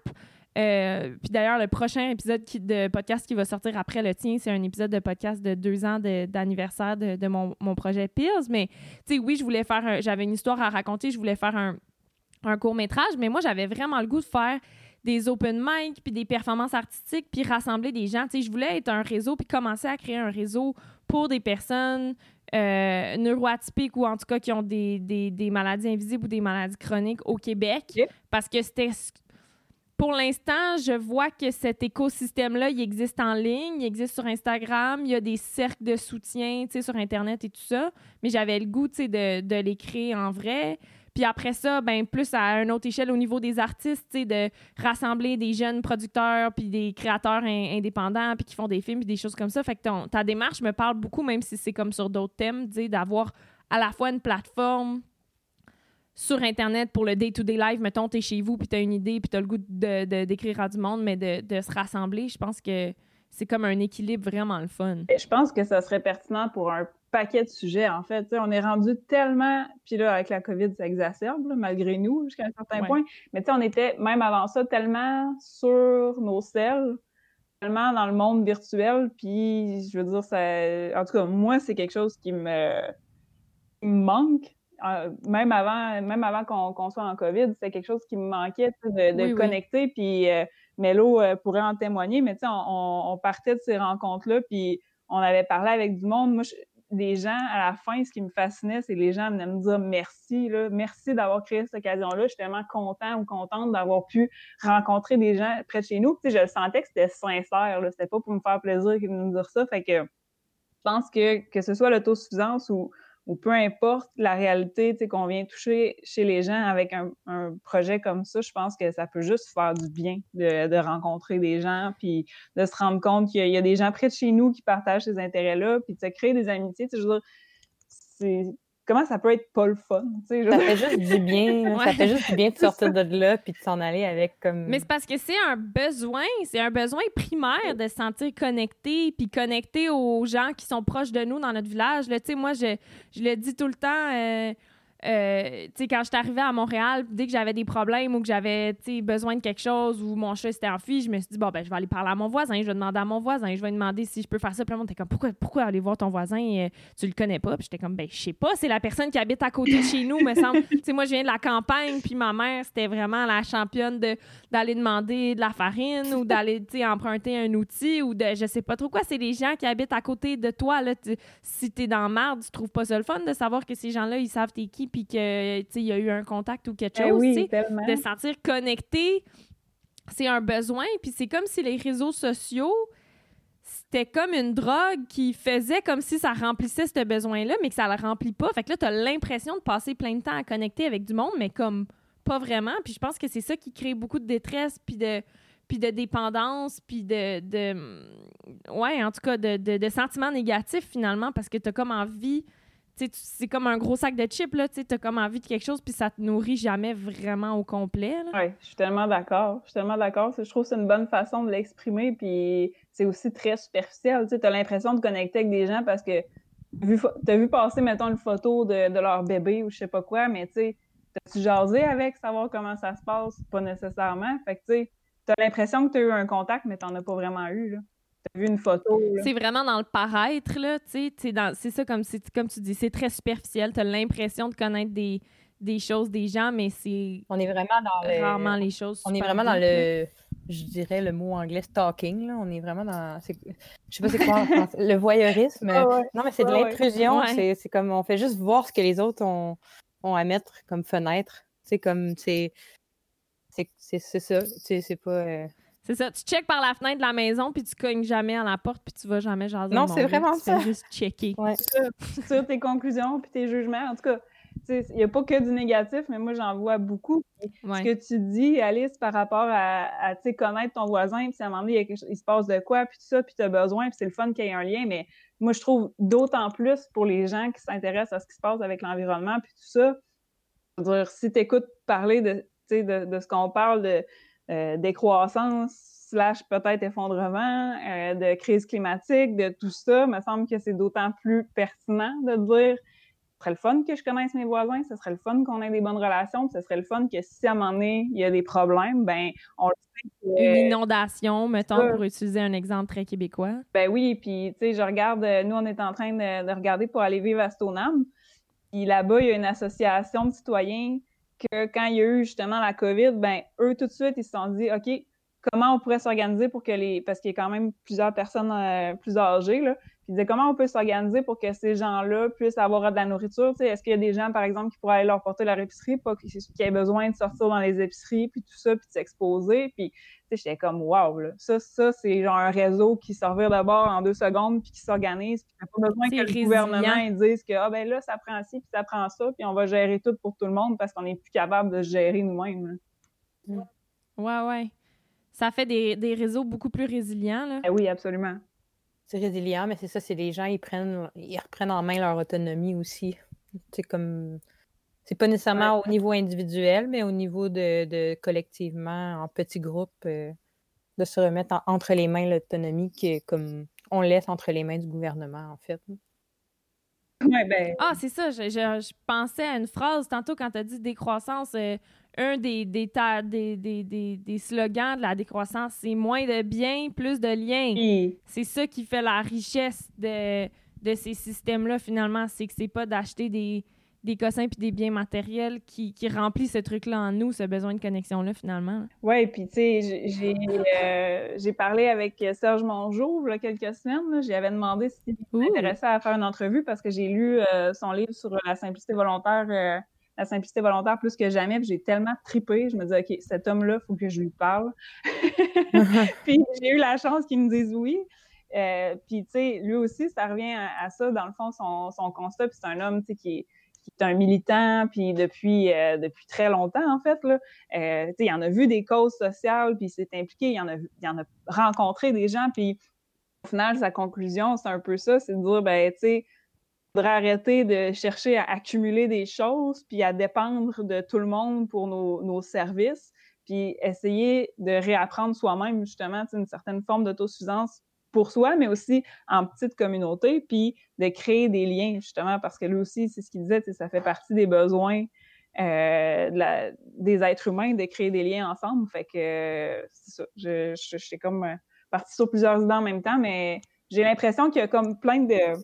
Euh, puis d'ailleurs, le prochain épisode qui, de podcast qui va sortir après le tien, c'est un épisode de podcast de deux ans de, d'anniversaire de, de mon, mon projet Pills. Mais, tu sais, oui, je voulais faire... Un, j'avais une histoire à raconter, je voulais faire un, un court-métrage, mais moi, j'avais vraiment le goût de faire des open mic, puis des performances artistiques, puis rassembler des gens. Tu sais, je voulais être un réseau, puis commencer à créer un réseau pour des personnes euh, neuroatypiques ou en tout cas qui ont des, des, des maladies invisibles ou des maladies chroniques au Québec. Okay. Parce que c'était... Pour l'instant, je vois que cet écosystème-là, il existe en ligne, il existe sur Instagram, il y a des cercles de soutien, tu sais, sur Internet et tout ça, mais j'avais le goût, tu sais, de, de les créer en vrai. Puis après ça, ben plus à une autre échelle au niveau des artistes, tu sais, de rassembler des jeunes producteurs puis des créateurs in- indépendants puis qui font des films puis des choses comme ça. Fait que ton, ta démarche me parle beaucoup, même si c'est comme sur d'autres thèmes, tu sais, d'avoir à la fois une plateforme sur Internet pour le day-to-day live. Mettons, t'es chez vous puis t'as une idée puis t'as le goût de, de, d'écrire à du monde, mais de, de se rassembler, je pense que c'est comme un équilibre vraiment le fun. Je pense que ça serait pertinent pour un paquet de sujets, en fait. T'sais, on est rendu tellement... Puis là, avec la COVID, ça exacerbe, là, malgré nous, jusqu'à un certain Ouais. point. Mais tu sais, on était, même avant ça, tellement sur nos selles, tellement dans le monde virtuel. Puis, je veux dire, ça... En tout cas, moi, c'est quelque chose qui me, qui me manque. Euh, même avant, même avant qu'on, qu'on soit en COVID, c'était quelque chose qui me manquait, de, de oui, connecter. Oui. Puis euh, Mélo euh, pourrait en témoigner, mais tu sais, on, on partait de ces rencontres-là, puis on avait parlé avec du monde. Moi, je, les gens, à la fin, ce qui me fascinait, c'est que les gens venaient me dire merci, là, merci d'avoir créé cette occasion-là. Je suis tellement content ou contente d'avoir pu rencontrer des gens près de chez nous. Tu sais, je le sentais que c'était sincère, là, c'était pas pour me faire plaisir qu'ils venaient me dire ça. Fait que je pense que que ce soit l'autosuffisance ou ou peu importe la réalité qu'on vient toucher chez les gens avec un, un projet comme ça, je pense que ça peut juste faire du bien de, de rencontrer des gens, puis de se rendre compte qu'il y a, il y a des gens près de chez nous qui partagent ces intérêts-là, puis de se créer des amitiés. Je veux dire, c'est... Comment ça peut être pas le fun? Je ça fait juste du bien. Ouais. Ça fait juste du bien de sortir de là puis de s'en aller avec comme... Mais c'est parce que c'est un besoin, c'est un besoin primaire de se sentir connecté puis connecté aux gens qui sont proches de nous dans notre village. Là, moi, je, je le dis tout le temps... Euh, Euh, tu sais, quand je suis arrivée à Montréal, dès que j'avais des problèmes ou que j'avais, tu sais, besoin de quelque chose ou mon chat s'était enfui, je me suis dit, bon, ben, je vais aller parler à mon voisin, je vais demander à mon voisin, je vais lui demander si je peux faire ça. Puis le monde était comme, pourquoi, pourquoi aller voir ton voisin, euh, tu le connais pas? Puis j'étais comme, ben, je sais pas, c'est la personne qui habite à côté de chez nous, me semble. Tu sais, moi, je viens de la campagne, puis ma mère, c'était vraiment la championne de, d'aller demander de la farine ou d'aller, tu sais, emprunter un outil ou de, je sais pas trop quoi. C'est les gens qui habitent à côté de toi, là. Tu, si t'es dans la merde, tu trouves pas ça le fun de savoir que ces gens-là, ils savent t'es qui, puis que il y a eu un contact ou quelque chose, eh oui, de se sentir connecté, c'est un besoin, puis c'est comme si les réseaux sociaux, c'était comme une drogue qui faisait comme si ça remplissait ce besoin-là, mais que ça le remplit pas. Fait que là, t'as l'impression de passer plein de temps à connecter avec du monde, mais comme pas vraiment, puis je pense que c'est ça qui crée beaucoup de détresse, puis de puis de dépendance, puis de, de... Ouais, en tout cas, de, de, de sentiments négatifs, finalement, parce que t'as comme envie... Tu sais, c'est comme un gros sac de chips, là, tu sais, t'as comme envie de quelque chose, puis ça te nourrit jamais vraiment au complet, là. Oui, je suis tellement d'accord. Je suis tellement d'accord. Je trouve que c'est une bonne façon de l'exprimer, puis c'est aussi très superficiel. Tu sais, t'as l'impression de connecter avec des gens parce que vu, t'as vu passer, mettons, une photo de, de leur bébé ou je sais pas quoi, mais tu sais, t'as-tu jasé avec, savoir comment ça se passe? Pas nécessairement. Fait que, tu sais, t'as l'impression que t'as eu un contact, mais t'en as pas vraiment eu, là. t'as vu une photo. Là. C'est vraiment dans le paraître, là, tu sais. Dans... C'est ça, comme, c'est, comme tu dis, c'est très superficiel. T'as l'impression de connaître des, des choses des gens, mais c'est on est vraiment dans le... rarement les choses. On est vraiment dans le... Je dirais le mot anglais stalking, là. On est vraiment dans... C'est... Je sais pas c'est quoi en français. Le voyeurisme. Ah ouais. Non, mais c'est de Ah l'intrusion. ouais. C'est, c'est comme... On fait juste voir ce que les autres ont, ont à mettre comme fenêtre. C'est comme... C'est... C'est, c'est, c'est ça. C'est, c'est pas... Euh... C'est ça. Tu checkes par la fenêtre de la maison, puis tu cognes jamais à la porte, puis tu vas jamais jaser. Non, c'est vraiment tu ça. fais juste checker. Ouais. Sur tes conclusions puis tes jugements. En tout cas, il n'y a pas que du négatif, mais moi, j'en vois beaucoup. Ouais. Ce que tu dis, Alice, par rapport à, à connaître ton voisin, puis à un moment donné, il, il se passe de quoi, puis tout ça, puis tu as besoin, puis c'est le fun qu'il y ait un lien. Mais moi, je trouve d'autant plus pour les gens qui s'intéressent à ce qui se passe avec l'environnement, puis tout ça. Je veux dire, si tu écoutes parler de, de, de ce qu'on parle de euh, décroissance, slash peut-être effondrement, euh, de crise climatique, de tout ça, me semble que c'est d'autant plus pertinent de dire ce serait le fun que je connaisse mes voisins, ce serait le fun qu'on ait des bonnes relations, ce serait le fun que si à un moment donné, il y a des problèmes, ben on le sait que... Une inondation, mettons, euh, pour utiliser un exemple très québécois. Ben oui, puis tu sais, je regarde, nous, on est en train de, de regarder pour aller vivre à Stoneham, puis là-bas, il y a une association de citoyens que quand il y a eu justement la COVID, ben eux, tout de suite, ils se sont dit, OK, comment on pourrait s'organiser pour que les... Parce qu'il y a quand même plusieurs personnes euh, plus âgées, là. Puis ils disaient, comment on peut s'organiser pour que ces gens-là puissent avoir de la nourriture? T'sais, est-ce qu'il y a des gens, par exemple, qui pourraient aller leur porter leur épicerie, pas qu'ils aient besoin de sortir dans les épiceries, puis tout ça, puis de s'exposer? Puis, tu sais, j'étais comme, wow, là. Ça, ça, c'est genre un réseau qui se revire d'abord en deux secondes, puis qui s'organise, puis t'as pas besoin c'est que résilient. Le gouvernement il dise que, ah, ben là, ça prend ci, puis ça prend ça, puis on va gérer tout pour tout le monde parce qu'on n'est plus capable de se gérer nous-mêmes. Là. Ouais, ouais. Ça fait des, des réseaux beaucoup plus résilients, là. Eh oui, absolument. C'est résilient, mais c'est ça, c'est les gens, ils prennent, ils reprennent en main leur autonomie aussi. C'est comme... C'est pas nécessairement ouais. au niveau individuel, mais au niveau de, de collectivement, en petits groupes, euh, de se remettre en, entre les mains l'autonomie que, comme on laisse entre les mains du gouvernement, en fait. Ouais, ben... Ah, c'est ça. Je, je, je pensais à une phrase tantôt quand tu as dit décroissance. Euh, un des, des, ta, des, des, des, des slogans de la décroissance, c'est moins de biens, plus de liens. Oui. C'est ça qui fait la richesse de, de ces systèmes-là, finalement. C'est que c'est pas d'acheter des, des cossins puis des biens matériels qui, qui remplissent ce truc-là en nous, ce besoin de connexion-là, finalement. Oui, puis tu sais, j'ai, euh, j'ai parlé avec Serge Mongeau il y a quelques semaines. J'y avais demandé s'il m'intéressait à faire une entrevue parce que j'ai lu euh, son livre sur la simplicité volontaire, euh, la simplicité volontaire plus que jamais, puis j'ai tellement trippé. Je me disais, OK, cet homme-là, il faut que je lui parle. Puis j'ai eu la chance qu'il me dise oui. Euh, puis tu sais, lui aussi, ça revient à, à ça, dans le fond, son, son constat. Puis c'est un homme, tu sais, qui est qui est un militant, puis depuis euh, depuis très longtemps, en fait, là. Euh, il en a vu des causes sociales, puis il s'est impliqué, il en a, il en a rencontré des gens, puis au final, sa conclusion, c'est un peu ça, c'est de dire, ben, tu sais, il faudrait arrêter de chercher à accumuler des choses, puis à dépendre de tout le monde pour nos, nos services, puis essayer de réapprendre soi-même, justement, une certaine forme d'autosuffisance pour soi, mais aussi en petite communauté, puis de créer des liens, justement, parce que lui aussi, c'est ce qu'il disait, ça fait partie des besoins euh, de la, des êtres humains, de créer des liens ensemble. Fait que euh, c'est ça, je, je, je suis comme euh, partie sur plusieurs idées en même temps, mais j'ai l'impression qu'il y a comme plein de,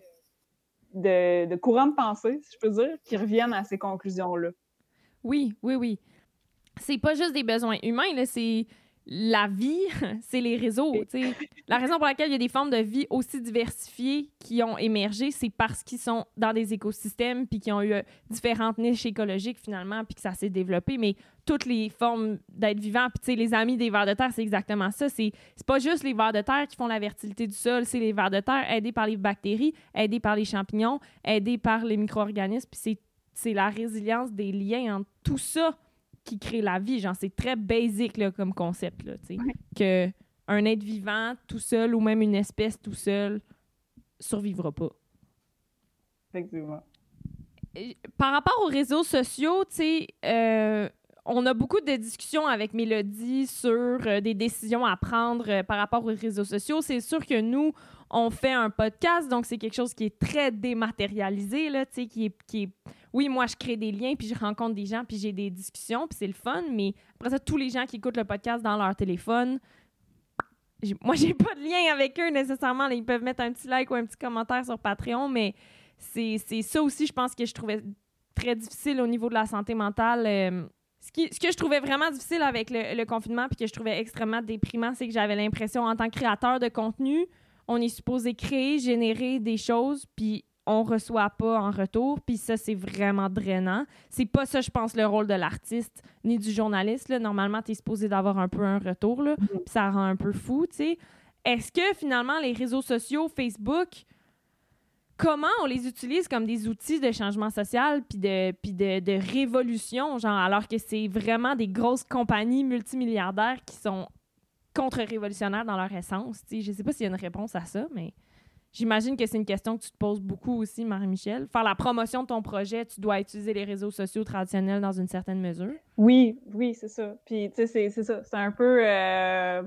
de, de courants de pensée, si je peux dire, qui reviennent à ces conclusions-là. Oui, oui, oui. C'est pas juste des besoins humains, là, c'est... La vie, c'est les réseaux. T'sais. La raison pour laquelle il y a des formes de vie aussi diversifiées qui ont émergé, c'est parce qu'ils sont dans des écosystèmes puis qu'ils ont eu euh, différentes niches écologiques finalement puis que ça s'est développé. Mais toutes les formes d'être vivant, puis les amis des vers de terre, c'est exactement ça. C'est, c'est pas juste les vers de terre qui font la fertilité du sol, c'est les vers de terre aidés par les bactéries, aidés par les champignons, aidés par les micro-organismes. Puis c'est, c'est la résilience des liens entre tout ça qui crée la vie. Genre, c'est très basic là, comme concept, là, tu sais. Ouais. Que un être vivant tout seul ou même une espèce tout seul survivra pas. Effectivement. Par rapport aux réseaux sociaux, tu sais, euh, on a beaucoup de discussions avec Mélodie sur euh, des décisions à prendre euh, par rapport aux réseaux sociaux. C'est sûr que nous, on fait un podcast, donc c'est quelque chose qui est très dématérialisé, là, tu sais, qui est, qui est... Oui, moi, je crée des liens, puis je rencontre des gens, puis j'ai des discussions, puis c'est le fun, mais après ça, tous les gens qui écoutent le podcast dans leur téléphone, j'ai, moi, j'ai pas de lien avec eux nécessairement. Là, ils peuvent mettre un petit like ou un petit commentaire sur Patreon, mais c'est, c'est ça aussi, je pense, que je trouvais très difficile au niveau de la santé mentale. Euh, ce, qui, ce que je trouvais vraiment difficile avec le, le confinement puis que je trouvais extrêmement déprimant, c'est que j'avais l'impression, en tant que créateur de contenu, on est supposé créer, générer des choses, puis on reçoit pas en retour, puis ça, c'est vraiment drainant. C'est pas ça, je pense, le rôle de l'artiste ni du journaliste, là. Normalement, t'es supposé d'avoir un peu un retour, là, puis ça rend un peu fou, tu sais. Est-ce que, finalement, les réseaux sociaux, Facebook, comment on les utilise comme des outils de changement social puis de, puis de, de révolution, genre, alors que c'est vraiment des grosses compagnies multimilliardaires qui sont contre-révolutionnaires dans leur essence, tu sais. Je sais pas s'il y a une réponse à ça, mais... J'imagine que c'est une question que tu te poses beaucoup aussi, Marie-Michel. Faire la promotion de ton projet, tu dois utiliser les réseaux sociaux traditionnels dans une certaine mesure. Oui, oui, c'est ça. Puis, tu sais, c'est, c'est ça. C'est un peu... Euh...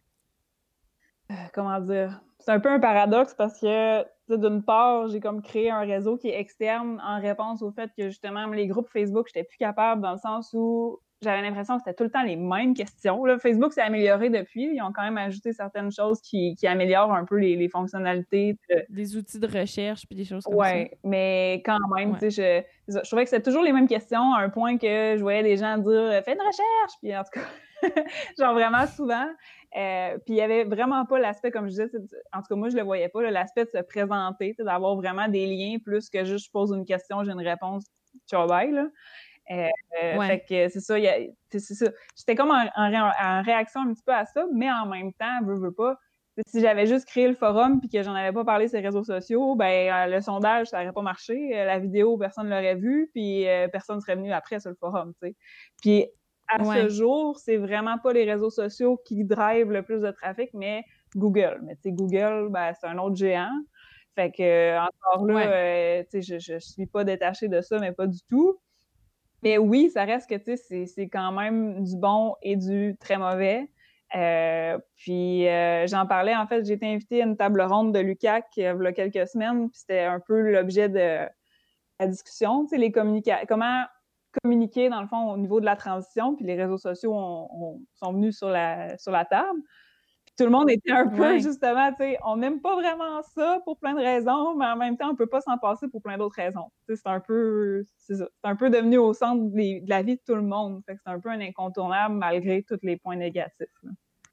Euh, comment dire? C'est un peu un paradoxe parce que, d'une part, j'ai comme créé un réseau qui est externe en réponse au fait que, justement, les groupes Facebook, j'étais plus capable dans le sens où j'avais l'impression que c'était tout le temps les mêmes questions. Là, Facebook s'est amélioré depuis. Ils ont quand même ajouté certaines choses qui, qui améliorent un peu les, les fonctionnalités. De... Des outils de recherche puis des choses comme ouais, ça. Oui, mais quand même, ouais. tu sais, je, je trouvais que c'était toujours les mêmes questions à un point que je voyais des gens dire « Fais une recherche! » Puis en tout cas, genre vraiment souvent. Euh, puis il y avait vraiment pas l'aspect, comme je disais, en tout cas, moi, je le voyais pas, là, l'aspect de se présenter, d'avoir vraiment des liens plus que juste je pose une question, j'ai une réponse, ciao, bye, là. Euh, ouais. Fait que c'est ça, y a, c'est, c'est ça. J'étais comme en, en, en réaction un petit peu à ça, mais en même temps, veux, veux pas, si j'avais juste créé le forum puis que j'en avais pas parlé sur les réseaux sociaux, ben le sondage, ça aurait pas marché. La vidéo, personne l'aurait vue, puis euh, personne serait venu après sur le forum, tu sais. Puis à ouais. ce jour, c'est vraiment pas les réseaux sociaux qui drivent le plus de trafic, mais Google. Mais tu sais, Google, ben, c'est un autre géant. Fait que encore là, ouais. euh, tu sais, je, je suis pas détachée de ça, mais pas du tout. Mais oui, ça reste que, tu sais, c'est, c'est quand même du bon et du très mauvais. Euh, puis euh, j'en parlais, en fait, j'ai été invitée à une table ronde de l'U Q A C il y a quelques semaines, puis c'était un peu l'objet de la discussion, tu sais, les communica- comment communiquer, dans le fond, au niveau de la transition, puis les réseaux sociaux ont, ont, sont venus sur la, sur la table. Puis tout le monde était un peu, ouais. justement, tu sais, on n'aime pas vraiment ça pour plein de raisons, mais en même temps, on peut pas s'en passer pour plein d'autres raisons. Tu sais, c'est un peu, c'est ça, c'est un peu devenu au centre de, de la vie de tout le monde. Fait que c'est un peu un incontournable malgré tous les points négatifs, là.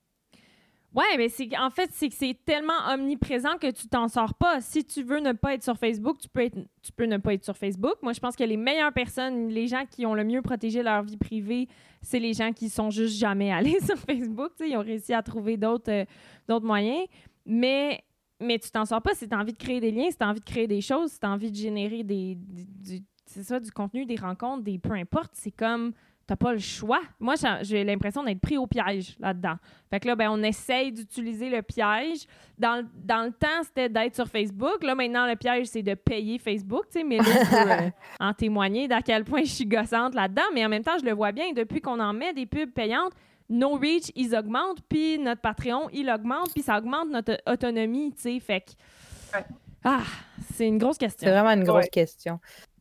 Ouais, mais c'est en fait c'est que c'est tellement omniprésent que tu t'en sors pas. Si tu veux ne pas être sur Facebook, tu peux être, tu peux ne pas être sur Facebook. Moi, je pense que les meilleures personnes, les gens qui ont le mieux protégé leur vie privée, c'est les gens qui sont juste jamais allés sur Facebook. Tu sais, ils ont réussi à trouver d'autres euh, d'autres moyens, mais mais tu t'en sors pas si tu as envie de créer des liens, si tu as envie de créer des choses, si tu as envie de générer des du, du, c'est ça, du contenu, des rencontres, des peu importe, c'est comme t'as pas le choix. Moi, j'ai l'impression d'être pris au piège là-dedans. Fait que là, ben, on essaye d'utiliser le piège. Dans, dans le temps, c'était d'être sur Facebook. Là, maintenant, le piège, c'est de payer Facebook. Tu sais, mais là, je peux euh, en témoigner d'à quel point je suis gossante là-dedans. Mais en même temps, je le vois bien. Depuis qu'on en met des pubs payantes, nos reach, ils augmentent, puis notre Patreon, il augmente, puis ça augmente notre autonomie, tu sais. Fait que... Ouais. Ah, c'est une grosse question. C'est vraiment une grosse ouais. question.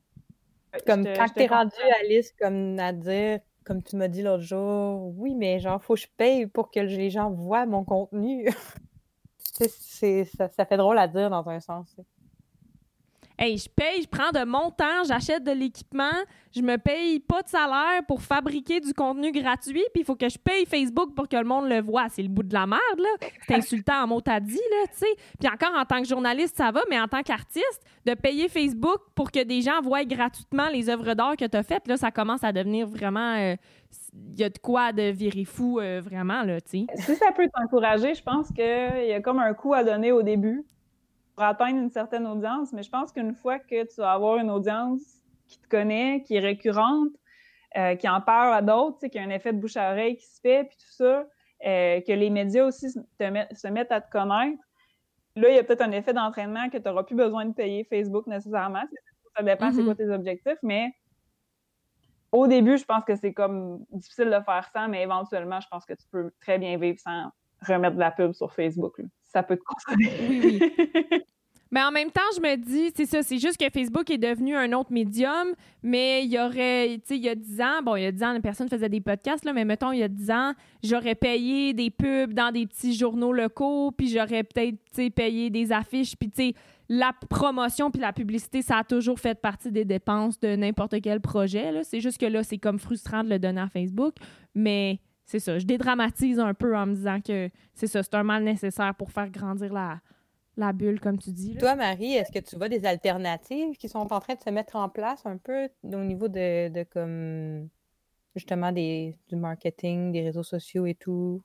Comme te, quand t'es rendu à Alice, comme à dire, comme tu m'as dit l'autre jour, oui, mais genre, faut que je paye pour que les gens voient mon contenu. c'est, c'est, ça, ça fait drôle à dire dans un sens. C'est. Hey, je paye, je prends de mon temps, j'achète de l'équipement, je me paye pas de salaire pour fabriquer du contenu gratuit, puis il faut que je paye Facebook pour que le monde le voit. C'est le bout de la merde, là. C'est insultant en mot à dit, là, tu sais. Puis encore, en tant que journaliste, ça va, mais en tant qu'artiste, de payer Facebook pour que des gens voient gratuitement les œuvres d'art que tu as faites, là, ça commence à devenir vraiment... Il euh, y a de quoi de virer fou, euh, vraiment, là, tu sais. Si ça peut t'encourager, je pense qu'il y a comme un coup à donner au début pour atteindre une certaine audience, mais je pense qu'une fois que tu vas avoir une audience qui te connaît, qui est récurrente, euh, qui en parle à d'autres, tu sais, qu'il y a un effet de bouche à oreille qui se fait, puis tout ça, euh, que les médias aussi te met, se mettent à te connaître, là, il y a peut-être un effet d'entraînement que tu n'auras plus besoin de payer Facebook nécessairement. Ça dépend, mm-hmm. c'est quoi tes objectifs, mais au début, je pense que c'est comme difficile de faire sans, mais éventuellement, je pense que tu peux très bien vivre sans remettre de la pub sur Facebook, là. Ça peut te consoler. Oui, oui. Mais en même temps, je me dis, c'est ça, c'est juste que Facebook est devenu un autre médium, mais il y aurait, tu sais, il y a dix ans, bon, il y a dix ans, les personnes faisaient des podcasts, là, mais mettons, il y a dix ans, j'aurais payé des pubs dans des petits journaux locaux, puis j'aurais peut-être, tu sais, payé des affiches, puis tu sais, la promotion puis la publicité, ça a toujours fait partie des dépenses de n'importe quel projet, là. C'est juste que là, c'est comme frustrant de le donner à Facebook, mais c'est ça, je dédramatise un peu en me disant que c'est ça, c'est un mal nécessaire pour faire grandir la... la bulle, comme tu dis. Là. Toi, Marie, est-ce que tu vois des alternatives qui sont en train de se mettre en place un peu au niveau de, de comme justement des, du marketing, des réseaux sociaux et tout?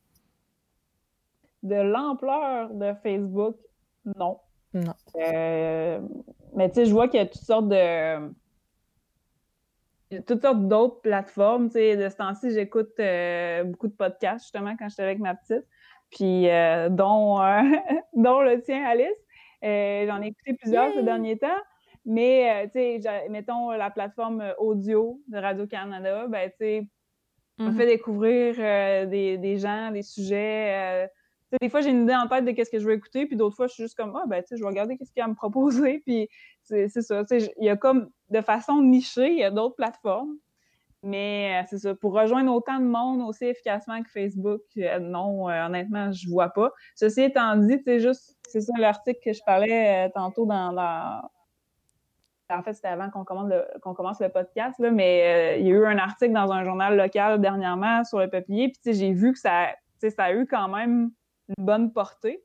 De l'ampleur de Facebook, non. Non. Euh, mais tu sais, je vois qu'il y a toutes sortes de... Il y a toutes sortes d'autres plateformes. Tu sais, de ce temps-ci, j'écoute euh, beaucoup de podcasts, justement, quand j'étais avec ma petite. Puis, euh, dont, euh, dont le tien, Alice. Euh, j'en ai écouté plusieurs Yay! Ces derniers temps. Mais, euh, tu sais, mettons la plateforme audio de Radio-Canada, ben, tu sais, mm-hmm. me fait découvrir euh, des, des gens, des sujets. Euh, tu sais, des fois, j'ai une idée en tête de qu'est-ce que je veux écouter, puis d'autres fois, je suis juste comme, ah, ben, tu sais, je vais regarder qu'est-ce qu'il y a à me proposer. Puis, c'est, c'est ça. Tu sais, il y a comme, de façon nichée, il y a d'autres plateformes. Mais euh, c'est ça, pour rejoindre autant de monde aussi efficacement que Facebook, euh, non, euh, honnêtement, je vois pas. Ceci étant dit, c'est juste, c'est ça l'article que je parlais euh, tantôt dans la... En fait, c'était avant qu'on commence le, qu'on commence le podcast, là, mais euh, il y a eu un article dans un journal local dernièrement sur le peuplier, puis tu sais, j'ai vu que ça, ça a eu quand même une bonne portée.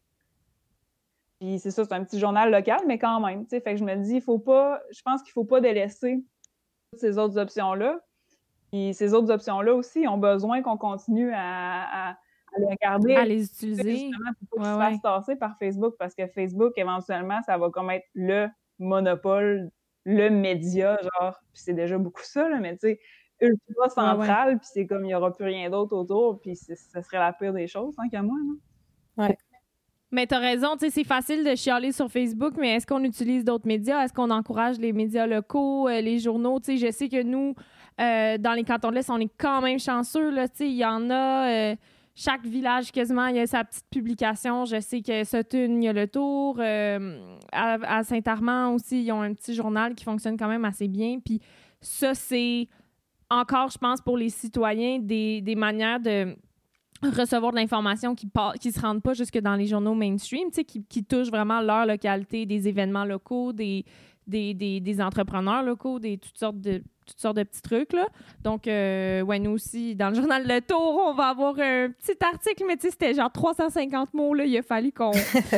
Puis c'est ça, c'est un petit journal local, mais quand même, tu sais, fait que je me dis, il faut pas, je pense qu'il faut pas délaisser toutes ces autres options-là. Puis ces autres options-là aussi ont besoin qu'on continue à, à, à les regarder. À les utiliser. Justement, pour pas ouais, qu'ils se fassent tasser par Facebook, parce que Facebook, éventuellement, ça va comme être le monopole, le média, genre, puis c'est déjà beaucoup ça, là, mais tu sais, ultra central, ouais, ouais. Puis c'est comme, il n'y aura plus rien d'autre autour, puis ce serait la pire des choses, hein, qu'à moi, là. Ouais. Mais t'as raison, tu sais, c'est facile de chialer sur Facebook, mais est-ce qu'on utilise d'autres médias? Est-ce qu'on encourage les médias locaux, euh, les journaux? Tu sais, je sais que nous, euh, dans les cantons de l'Est, on est quand même chanceux, là, tu sais, il y en a... Euh, chaque village, quasiment, il y a sa petite publication. Je sais que Sutton, il y a le tour. Euh, à, à Saint-Armand aussi, ils ont un petit journal qui fonctionne quand même assez bien. Puis ça, c'est encore, je pense, pour les citoyens, des, des manières de recevoir de l'information qui ne se rendent pas jusque dans les journaux mainstream, tu sais, qui, qui touchent vraiment leur localité, des événements locaux, des, des, des, des entrepreneurs locaux, des toutes sortes de toutes sortes de petits trucs, là. Donc, euh, ouais, nous aussi, dans le journal Le Tour, on va avoir un petit article, mais tu sais, c'était genre trois cent cinquante mots, là. Il a fallu qu'on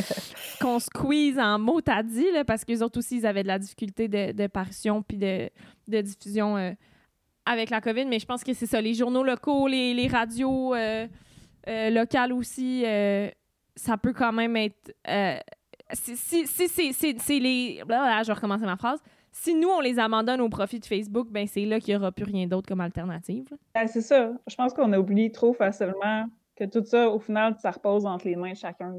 qu'on squeeze en mots t'as dit, là, parce qu'eux autres aussi, ils avaient de la difficulté de, de parution puis de, de diffusion euh, avec la COVID, mais je pense que c'est ça, les journaux locaux, les, les radios euh, euh, locales aussi, euh, ça peut quand même être... Euh, si si, si, si, si, si les... Là, je vais recommencer ma phrase. Si nous, on les abandonne au profit de Facebook, ben c'est là qu'il n'y aura plus rien d'autre comme alternative. Ben, c'est ça. Je pense qu'on oublie trop facilement que tout ça, au final, ça repose entre les mains de chacun.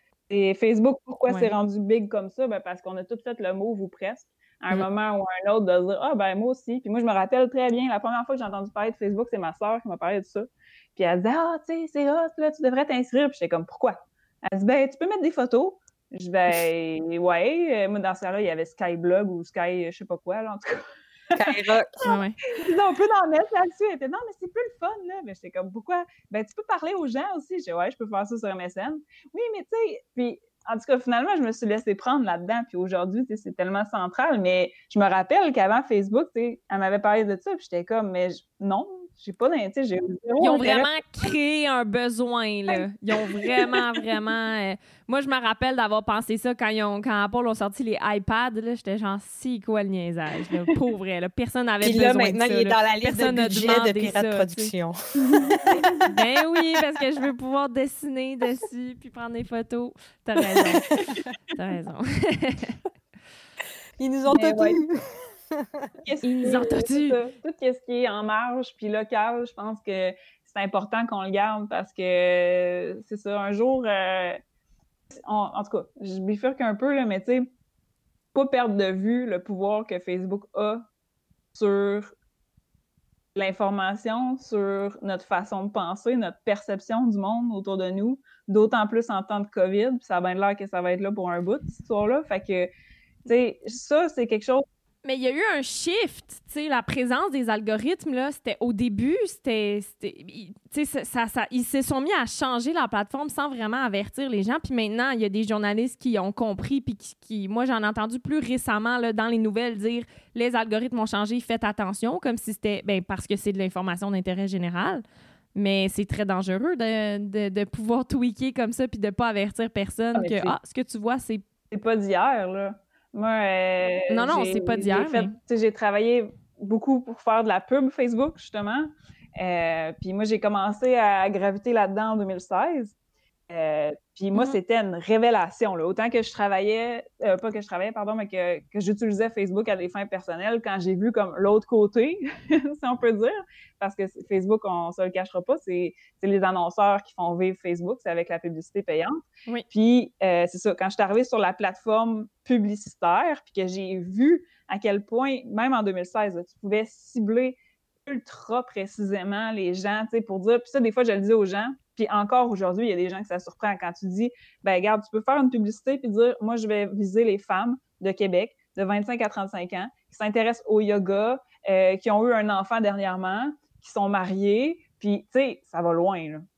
Et Facebook, pourquoi ouais. c'est rendu big comme ça? Ben, parce qu'on a tous fait le move ou presque, à un mmh. moment ou à un autre, de dire « Ah, ben moi aussi. » Puis moi, je me rappelle très bien, la première fois que j'ai entendu parler de Facebook, c'est ma sœur qui m'a parlé de ça. Puis elle disait « Ah, tu sais, c'est hot, là, tu devrais t'inscrire. » Puis j'étais comme « Pourquoi? » Elle dit « Ben, tu peux mettre des photos. » Je dis, ben, ouais. Moi, dans ce cas-là, il y avait Skyblog ou Sky, je sais pas quoi, là, en tout cas. Skyrock. ouais. On peut en mettre là-dessus. Elle était, non, mais c'est plus le fun, là. Mais j'étais comme, pourquoi? Ben, tu peux parler aux gens aussi. Je dis, ouais, je peux faire ça sur M S N. Oui, mais tu sais, puis, en tout cas, finalement, je me suis laissée prendre là-dedans. Puis aujourd'hui, tu sais, c'est tellement central. Mais je me rappelle qu'avant Facebook, tu sais, elle m'avait parlé de ça. Puis j'étais comme, mais je... non. J'ai pas tu sais, j'ai Ils ont vraiment créé un besoin, là. Ils ont vraiment, vraiment... Euh... Moi, je me rappelle d'avoir pensé ça quand, ils ont, quand Apple ont sorti les iPads, là. J'étais genre, si, quoi, le niaisage, là. Pauvre, là. Personne n'avait besoin de ça. Puis là, maintenant, il est dans la liste Personne de budget de Pirate Production. Ben oui, parce que je veux pouvoir dessiner dessus puis prendre des photos. T'as raison. T'as raison. Ils nous ont tout eu. Ils nous ont entendu. Tout ce qui est en marge puis local, je pense que c'est important qu'on le garde parce que c'est ça, un jour, euh, on, en tout cas, je bifurque un peu, là, mais tu sais, pas perdre de vue le pouvoir que Facebook a sur l'information sur notre façon de penser, notre perception du monde autour de nous, d'autant plus en temps de COVID, puis ça a bien l'air que ça va être là pour un bout, cette histoire-là. Fait que, tu sais, ça, c'est quelque chose... Mais il y a eu un shift, tu sais, la présence des algorithmes, là, c'était au début, c'était, tu sais, ça, ça, ça, ils se sont mis à changer la plateforme sans vraiment avertir les gens, puis maintenant, il y a des journalistes qui ont compris, puis qui, qui moi, j'en ai entendu plus récemment, là, dans les nouvelles, dire « les algorithmes ont changé, faites attention », comme si c'était, ben parce que c'est de l'information d'intérêt général, mais c'est très dangereux de, de, de pouvoir tweaker comme ça, puis de pas avertir personne ah, que « ah, ce que tu vois, c'est... » C'est pas d'hier, là. Moi, euh, non, non, c'est pas d'hier. J'ai, mais... j'ai travaillé beaucoup pour faire de la pub Facebook, justement. Euh, puis moi, j'ai commencé à graviter là-dedans en deux mille seize. Euh, puis moi, mm-hmm. c'était une révélation, là. Autant que je travaillais, euh, pas que je travaillais, pardon, mais que, que j'utilisais Facebook à des fins personnelles, quand j'ai vu comme l'autre côté, si on peut dire, parce que Facebook, on se le cachera pas, c'est, c'est les annonceurs qui font vivre Facebook, c'est avec la publicité payante. Oui. Puis euh, c'est ça, quand je suis arrivée sur la plateforme publicitaire, puis que j'ai vu à quel point, même en deux mille seize, là, tu pouvais cibler ultra précisément les gens, tu sais, pour dire, puis ça, des fois, je le dis aux gens, puis encore aujourd'hui, il y a des gens que ça surprend quand tu dis, ben regarde, tu peux faire une publicité puis dire, moi, je vais viser les femmes de Québec de vingt-cinq à trente-cinq ans qui s'intéressent au yoga, euh, qui ont eu un enfant dernièrement, qui sont mariés, puis tu sais, ça va loin, là.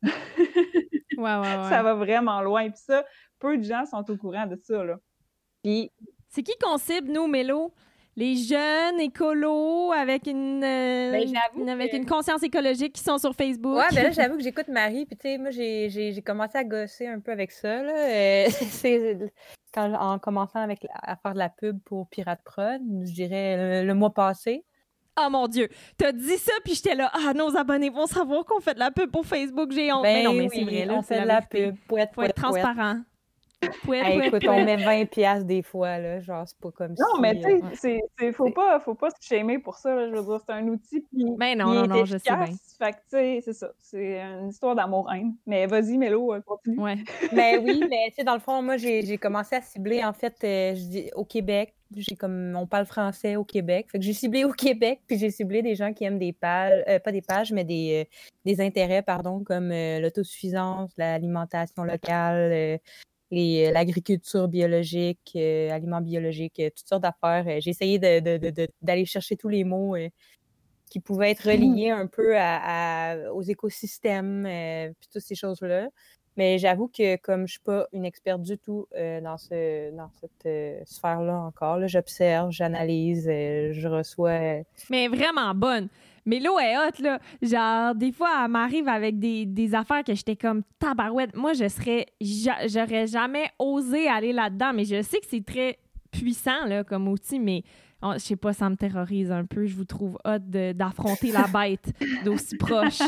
Ouais, ouais, ouais. Ça va vraiment loin. Puis ça, peu de gens sont au courant de ça, là. Puis... C'est qui qu'on cible, nous, Mélo? Les jeunes écolos avec une, euh, ben, une avec que... une conscience écologique qui sont sur Facebook. Ouais, ben là, j'avoue que j'écoute Marie, puis tu sais, moi, j'ai, j'ai, j'ai commencé à gosser un peu avec ça, là. Euh, c'est, quand, en commençant avec, à faire de la pub pour Pirate Prod, je dirais le, le mois passé. Ah, oh, mon Dieu! T'as dit ça, puis j'étais là, ah, nos abonnés vont savoir qu'on fait de la pub pour Facebook, j'ai honte. Ben mais non, mais oui, c'est vrai, là, on fait de la pub. Pouette, faut être transparent. Pouette, hey, pouette, écoute, pouette. On met vingt piastres des fois, là, genre, c'est pas comme ça. Non, si, mais tu sais, euh, c'est, c'est, faut, pas, faut pas se shamer pour ça, là, je veux dire, c'est un outil qui, ben non, qui non, est non, efficace, je sais bien. Fait que, tu sais, c'est ça, c'est une histoire d'amour-haine. Mais vas-y, Mélo, continue. Ouais. Ben oui, mais tu sais, dans le fond, moi, j'ai, j'ai commencé à cibler, en fait, euh, je dis, au Québec, j'ai comme, on parle français au Québec, fait que j'ai ciblé au Québec, puis j'ai ciblé des gens qui aiment des pages, euh, pas des pages, mais des, euh, des intérêts, pardon, comme euh, l'autosuffisance, l'alimentation locale, euh, Les, l'agriculture biologique, euh, aliments biologiques, euh, toutes sortes d'affaires. Euh, j'ai essayé de, de, de, de, d'aller chercher tous les mots euh, qui pouvaient être reliés un peu à, à, aux écosystèmes, euh, puis toutes ces choses-là. Mais j'avoue que comme je suis pas une experte du tout euh, dans, ce, dans cette euh, sphère-là encore, là, j'observe, j'analyse, euh, je reçois... Euh... Mais vraiment bonne! Mais l'eau est hot, là. Genre, des fois, elle m'arrive avec des, des affaires que j'étais comme tabarouette. Moi, je serais... J'a, j'aurais jamais osé aller là-dedans, mais je sais que c'est très puissant, là, comme outil, mais oh, je sais pas, ça me terrorise un peu. Je vous trouve hot de, d'affronter la bête d'aussi proche.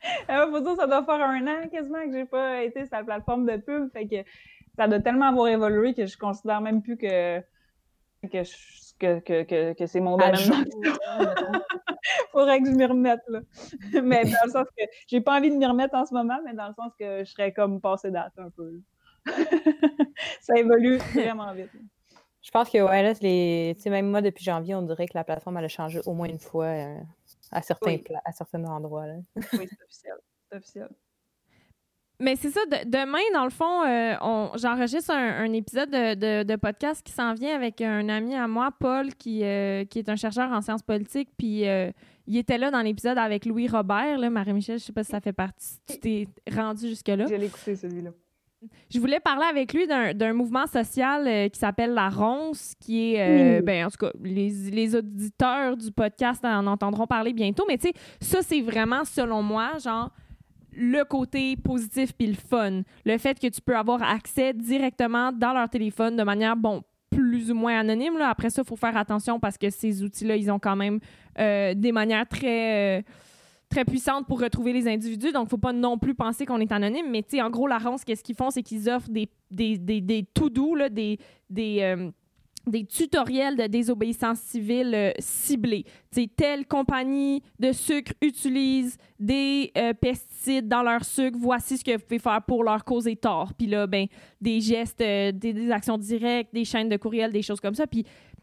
Il faut dire, ça doit faire un an quasiment que j'ai pas été sur la plateforme de pub, fait que ça doit tellement avoir évolué que je considère même plus que... que je... Que, que, que, que c'est mon domaine. Faudrait que je m'y remette, là. Mais dans le sens que j'ai pas envie de m'y remettre en ce moment, mais dans le sens que je serais comme passée date un peu. Ça évolue vraiment vite. Là. Je pense que, ouais, là, les... tu sais, même moi, depuis janvier, on dirait que la plateforme, elle a changé au moins une fois euh, à, certains oui. pla- à certains endroits, là. Oui, c'est officiel. C'est officiel. Mais c'est ça, de, demain, dans le fond, euh, on, j'enregistre un, un épisode de, de, de podcast qui s'en vient avec un ami à moi, Paul, qui, euh, qui est un chercheur en sciences politiques, puis euh, il était là dans l'épisode avec Louis Robert, là, Marie-Michel, je sais pas si ça fait partie, tu t'es rendu jusque-là. Je l'ai écouté, celui-là. Je voulais parler avec lui d'un, d'un mouvement social euh, qui s'appelle La Ronce, qui est, euh, mmh. ben en tout cas, les, les auditeurs du podcast en entendront parler bientôt, mais tu sais, ça, c'est vraiment, selon moi, genre, le côté positif puis le fun. Le fait que tu peux avoir accès directement dans leur téléphone de manière, bon, plus ou moins anonyme. Là. Après ça, il faut faire attention parce que ces outils-là, ils ont quand même euh, des manières très, euh, très puissantes pour retrouver les individus. Donc, il ne faut pas non plus penser qu'on est anonyme. Mais, tu sais, en gros, la Ronce, qu'est-ce qu'ils font? C'est qu'ils offrent des, des, des, des to-do, là, des... des euh, des tutoriels de désobéissance civile euh, ciblés. Tu sais, telle compagnie de sucre utilise des euh, pesticides dans leur sucre. Voici ce que vous pouvez faire pour leur causer tort. Puis là, ben, des gestes, euh, des, des actions directes, des chaînes de courriel, des choses comme ça. Puis,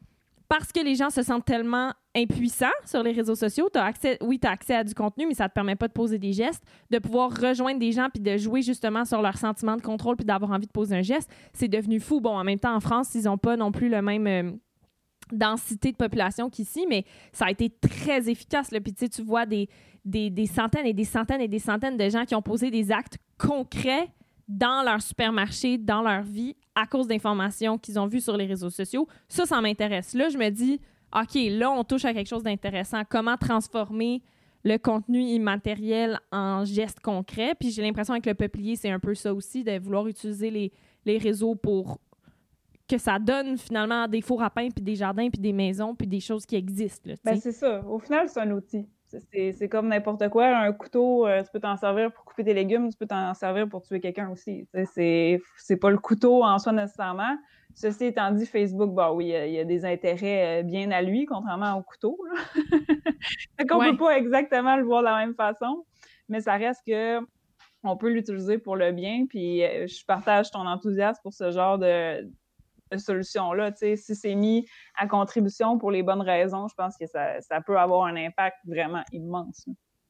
parce que les gens se sentent tellement impuissants sur les réseaux sociaux, t'as accès, oui, tu as accès à du contenu, mais ça te permet pas de poser des gestes, de pouvoir rejoindre des gens puis de jouer justement sur leur sentiment de contrôle puis d'avoir envie de poser un geste. C'est devenu fou. Bon, en même temps, en France, ils ont pas non plus le même euh, densité de population qu'ici, mais ça a été très efficace. Là. Puis tu sais, tu vois des, des, des centaines et des centaines et des centaines de gens qui ont posé des actes concrets dans leur supermarché, dans leur vie, à cause d'informations qu'ils ont vues sur les réseaux sociaux. Ça, ça m'intéresse. Là, je me dis, OK, là, on touche à quelque chose d'intéressant. Comment transformer le contenu immatériel en gestes concrets? Puis j'ai l'impression avec le peuplier, c'est un peu ça aussi, de vouloir utiliser les, les réseaux pour que ça donne finalement des fours à pain, puis des jardins, puis des maisons, puis des choses qui existent. Là, ben, c'est ça. Au final, c'est un outil. C'est, c'est comme n'importe quoi. Un couteau, euh, tu peux t'en servir pour couper tes légumes, tu peux t'en servir pour tuer quelqu'un aussi. C'est, c'est pas le couteau en soi nécessairement. Ceci étant dit, Facebook, bah oui, il y a des intérêts bien à lui, contrairement au couteau. Fait qu'on ouais. peut pas exactement le voir de la même façon, mais ça reste que on peut l'utiliser pour le bien. Puis je partage ton enthousiasme pour ce genre de de solution-là, tu sais, si c'est mis à contribution pour les bonnes raisons, je pense que ça, ça peut avoir un impact vraiment immense.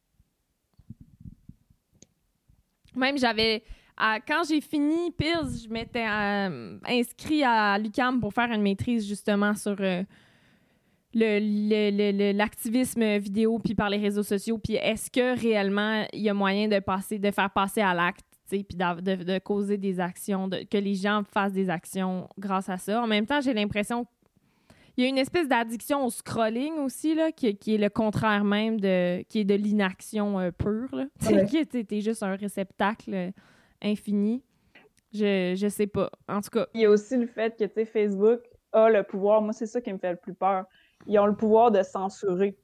Même j'avais, à, quand j'ai fini Pills, je m'étais euh, inscrit à l'U Q A M pour faire une maîtrise justement sur euh, le, le, le, le, l'activisme vidéo puis par les réseaux sociaux, puis est-ce que réellement il y a moyen de passer, de faire passer à l'acte, puis de, de, de causer des actions, de, que les gens fassent des actions grâce à ça. En même temps, j'ai l'impression qu'il y a une espèce d'addiction au scrolling aussi, là, qui, qui est le contraire même de, qui est de l'inaction euh, pure. Là. Ouais. Tu es juste un réceptacle infini. Je, je sais pas. En tout cas. Il y a aussi le fait que, tu sais, Facebook a le pouvoir, moi, c'est ça qui me fait le plus peur. Ils ont le pouvoir de censurer.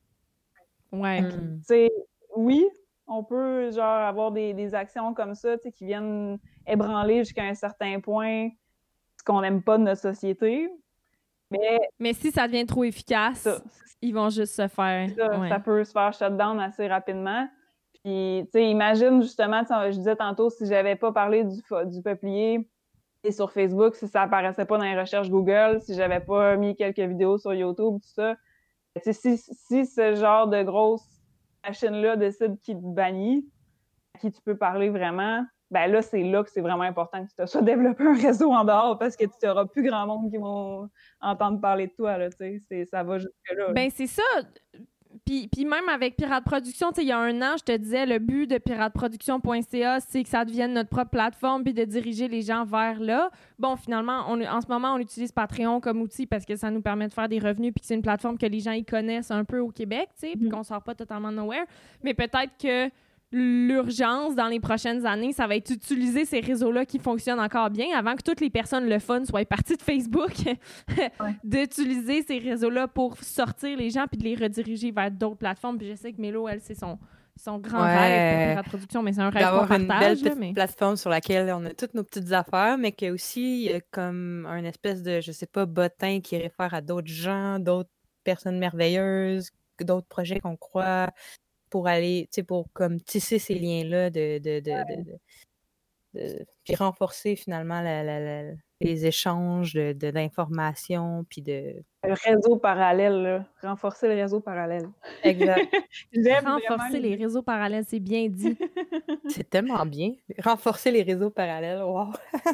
Ouais. Mm. Tu sais, oui, on peut genre avoir des, des actions comme ça, tu sais, qui viennent ébranler jusqu'à un certain point ce qu'on n'aime pas de notre société. Mais, mais si ça devient trop efficace, ça, ils vont juste se faire... Ça, ouais. ça peut se faire shutdown assez rapidement. Puis, tu sais, imagine justement, je disais tantôt, si j'avais pas parlé du, du peuplier et sur Facebook, si ça apparaissait pas dans les recherches Google, si j'avais pas mis quelques vidéos sur YouTube, tout ça, tu sais, si, si ce genre de grosse machine-là décide qui te bannit, à qui tu peux parler vraiment, ben là, c'est là que c'est vraiment important que tu te sois développé un réseau en dehors parce que tu n'auras plus grand monde qui vont entendre parler de toi, là, tu sais, ça va jusque-là. Ben c'est ça. Puis, puis même avec Pirate Production, tu sais, il y a un an, je te disais, le but de pirate production point c a, c'est que ça devienne notre propre plateforme puis de diriger les gens vers là. Bon, finalement, on, en ce moment, on utilise Patreon comme outil parce que ça nous permet de faire des revenus puis que c'est une plateforme que les gens y connaissent un peu au Québec, tu sais, puis mm-hmm. qu'on sort pas totalement nowhere. Mais peut-être que l'urgence dans les prochaines années, ça va être d'utiliser ces réseaux-là qui fonctionnent encore bien avant que toutes les personnes le fun soient parties de Facebook, ouais. d'utiliser ces réseaux-là pour sortir les gens puis de les rediriger vers d'autres plateformes. Puis je sais que Mélo, elle, c'est son, son grand ouais. rêve pour Pirate Production, mais c'est un rêve qu'on partage. D'avoir une belle là, mais... plateforme sur laquelle on a toutes nos petites affaires, mais qu'il y a aussi euh, comme un espèce de, je sais pas, bottin qui réfère à d'autres gens, d'autres personnes merveilleuses, d'autres projets qu'on croit... pour aller, tu sais, pour comme tisser ces liens-là de, de, de, ouais. de, de, de, puis renforcer finalement la, la, la, les échanges de, de, d'informations, puis de... Le réseau parallèle, là. Renforcer le réseau parallèle. Exact. Renforcer les réseaux parallèles, c'est bien dit. C'est tellement bien. Renforcer les réseaux parallèles, wow!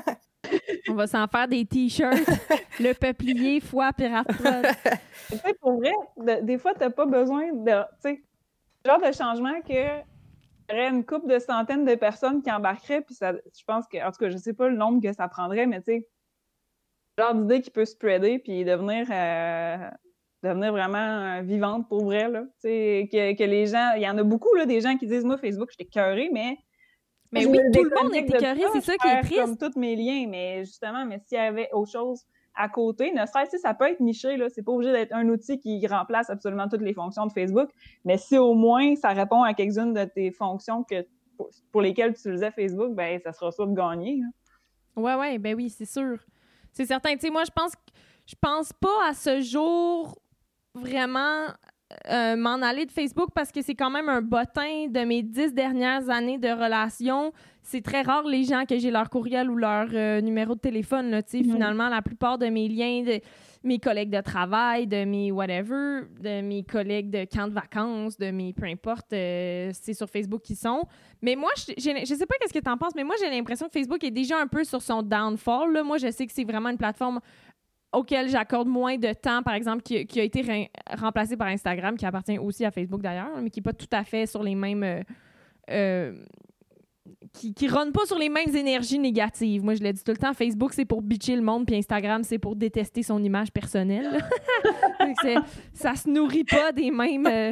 On va s'en faire des t-shirts. Le peuplier fois Pirate Prod. Tu sais, pour vrai, de, des fois, t'as pas besoin de... Tu sais, genre de changement que il y aurait une couple de centaines de personnes qui embarqueraient, puis ça, je pense que, en tout cas, je sais pas le nombre que ça prendrait, mais tu sais, genre d'idée qui peut spreader puis devenir, euh, devenir vraiment vivante pour vrai, là. Tu sais, que, que les gens, il y en a beaucoup, là, des gens qui disent, moi, Facebook, je suis écœurée, mais... Mais oui, tout le monde est écœuré, c'est ça qui est triste. Comme tous mes liens, mais justement, mais s'il y avait autre chose à côté, ne serait-ce que ça peut être niché, là, c'est pas obligé d'être un outil qui remplace absolument toutes les fonctions de Facebook, mais si au moins ça répond à quelques-unes de tes fonctions que, pour, pour lesquelles tu utilisais Facebook, ben ça sera sûr de gagner. Hein. Ouais, ouais, ben oui, c'est sûr. C'est certain. Tu sais, moi, je pense je pense pas à ce jour vraiment euh, m'en aller de Facebook parce que c'est quand même un bottin de mes dix dernières années de relation. C'est très rare les gens que j'ai leur courriel ou leur euh, numéro de téléphone. Là, mm-hmm. Finalement, la plupart de mes liens, de, mes collègues de travail, de mes whatever, de mes collègues de camp de vacances, de mes peu importe, euh, c'est sur Facebook qu'ils sont. Mais moi, je, j'ai, je sais pas qu'est-ce que t'en penses, mais moi, j'ai l'impression que Facebook est déjà un peu sur son downfall. Là. Moi, je sais que c'est vraiment une plateforme auquel j'accorde moins de temps, par exemple, qui, qui a été re- remplacée par Instagram, qui appartient aussi à Facebook d'ailleurs, mais qui n'est pas tout à fait sur les mêmes... Euh, euh, qui ne run pas sur les mêmes énergies négatives. Moi, je l'ai dit tout le temps, Facebook, c'est pour bitcher le monde, puis Instagram, c'est pour détester son image personnelle. c'est, ça se nourrit pas des mêmes... Euh,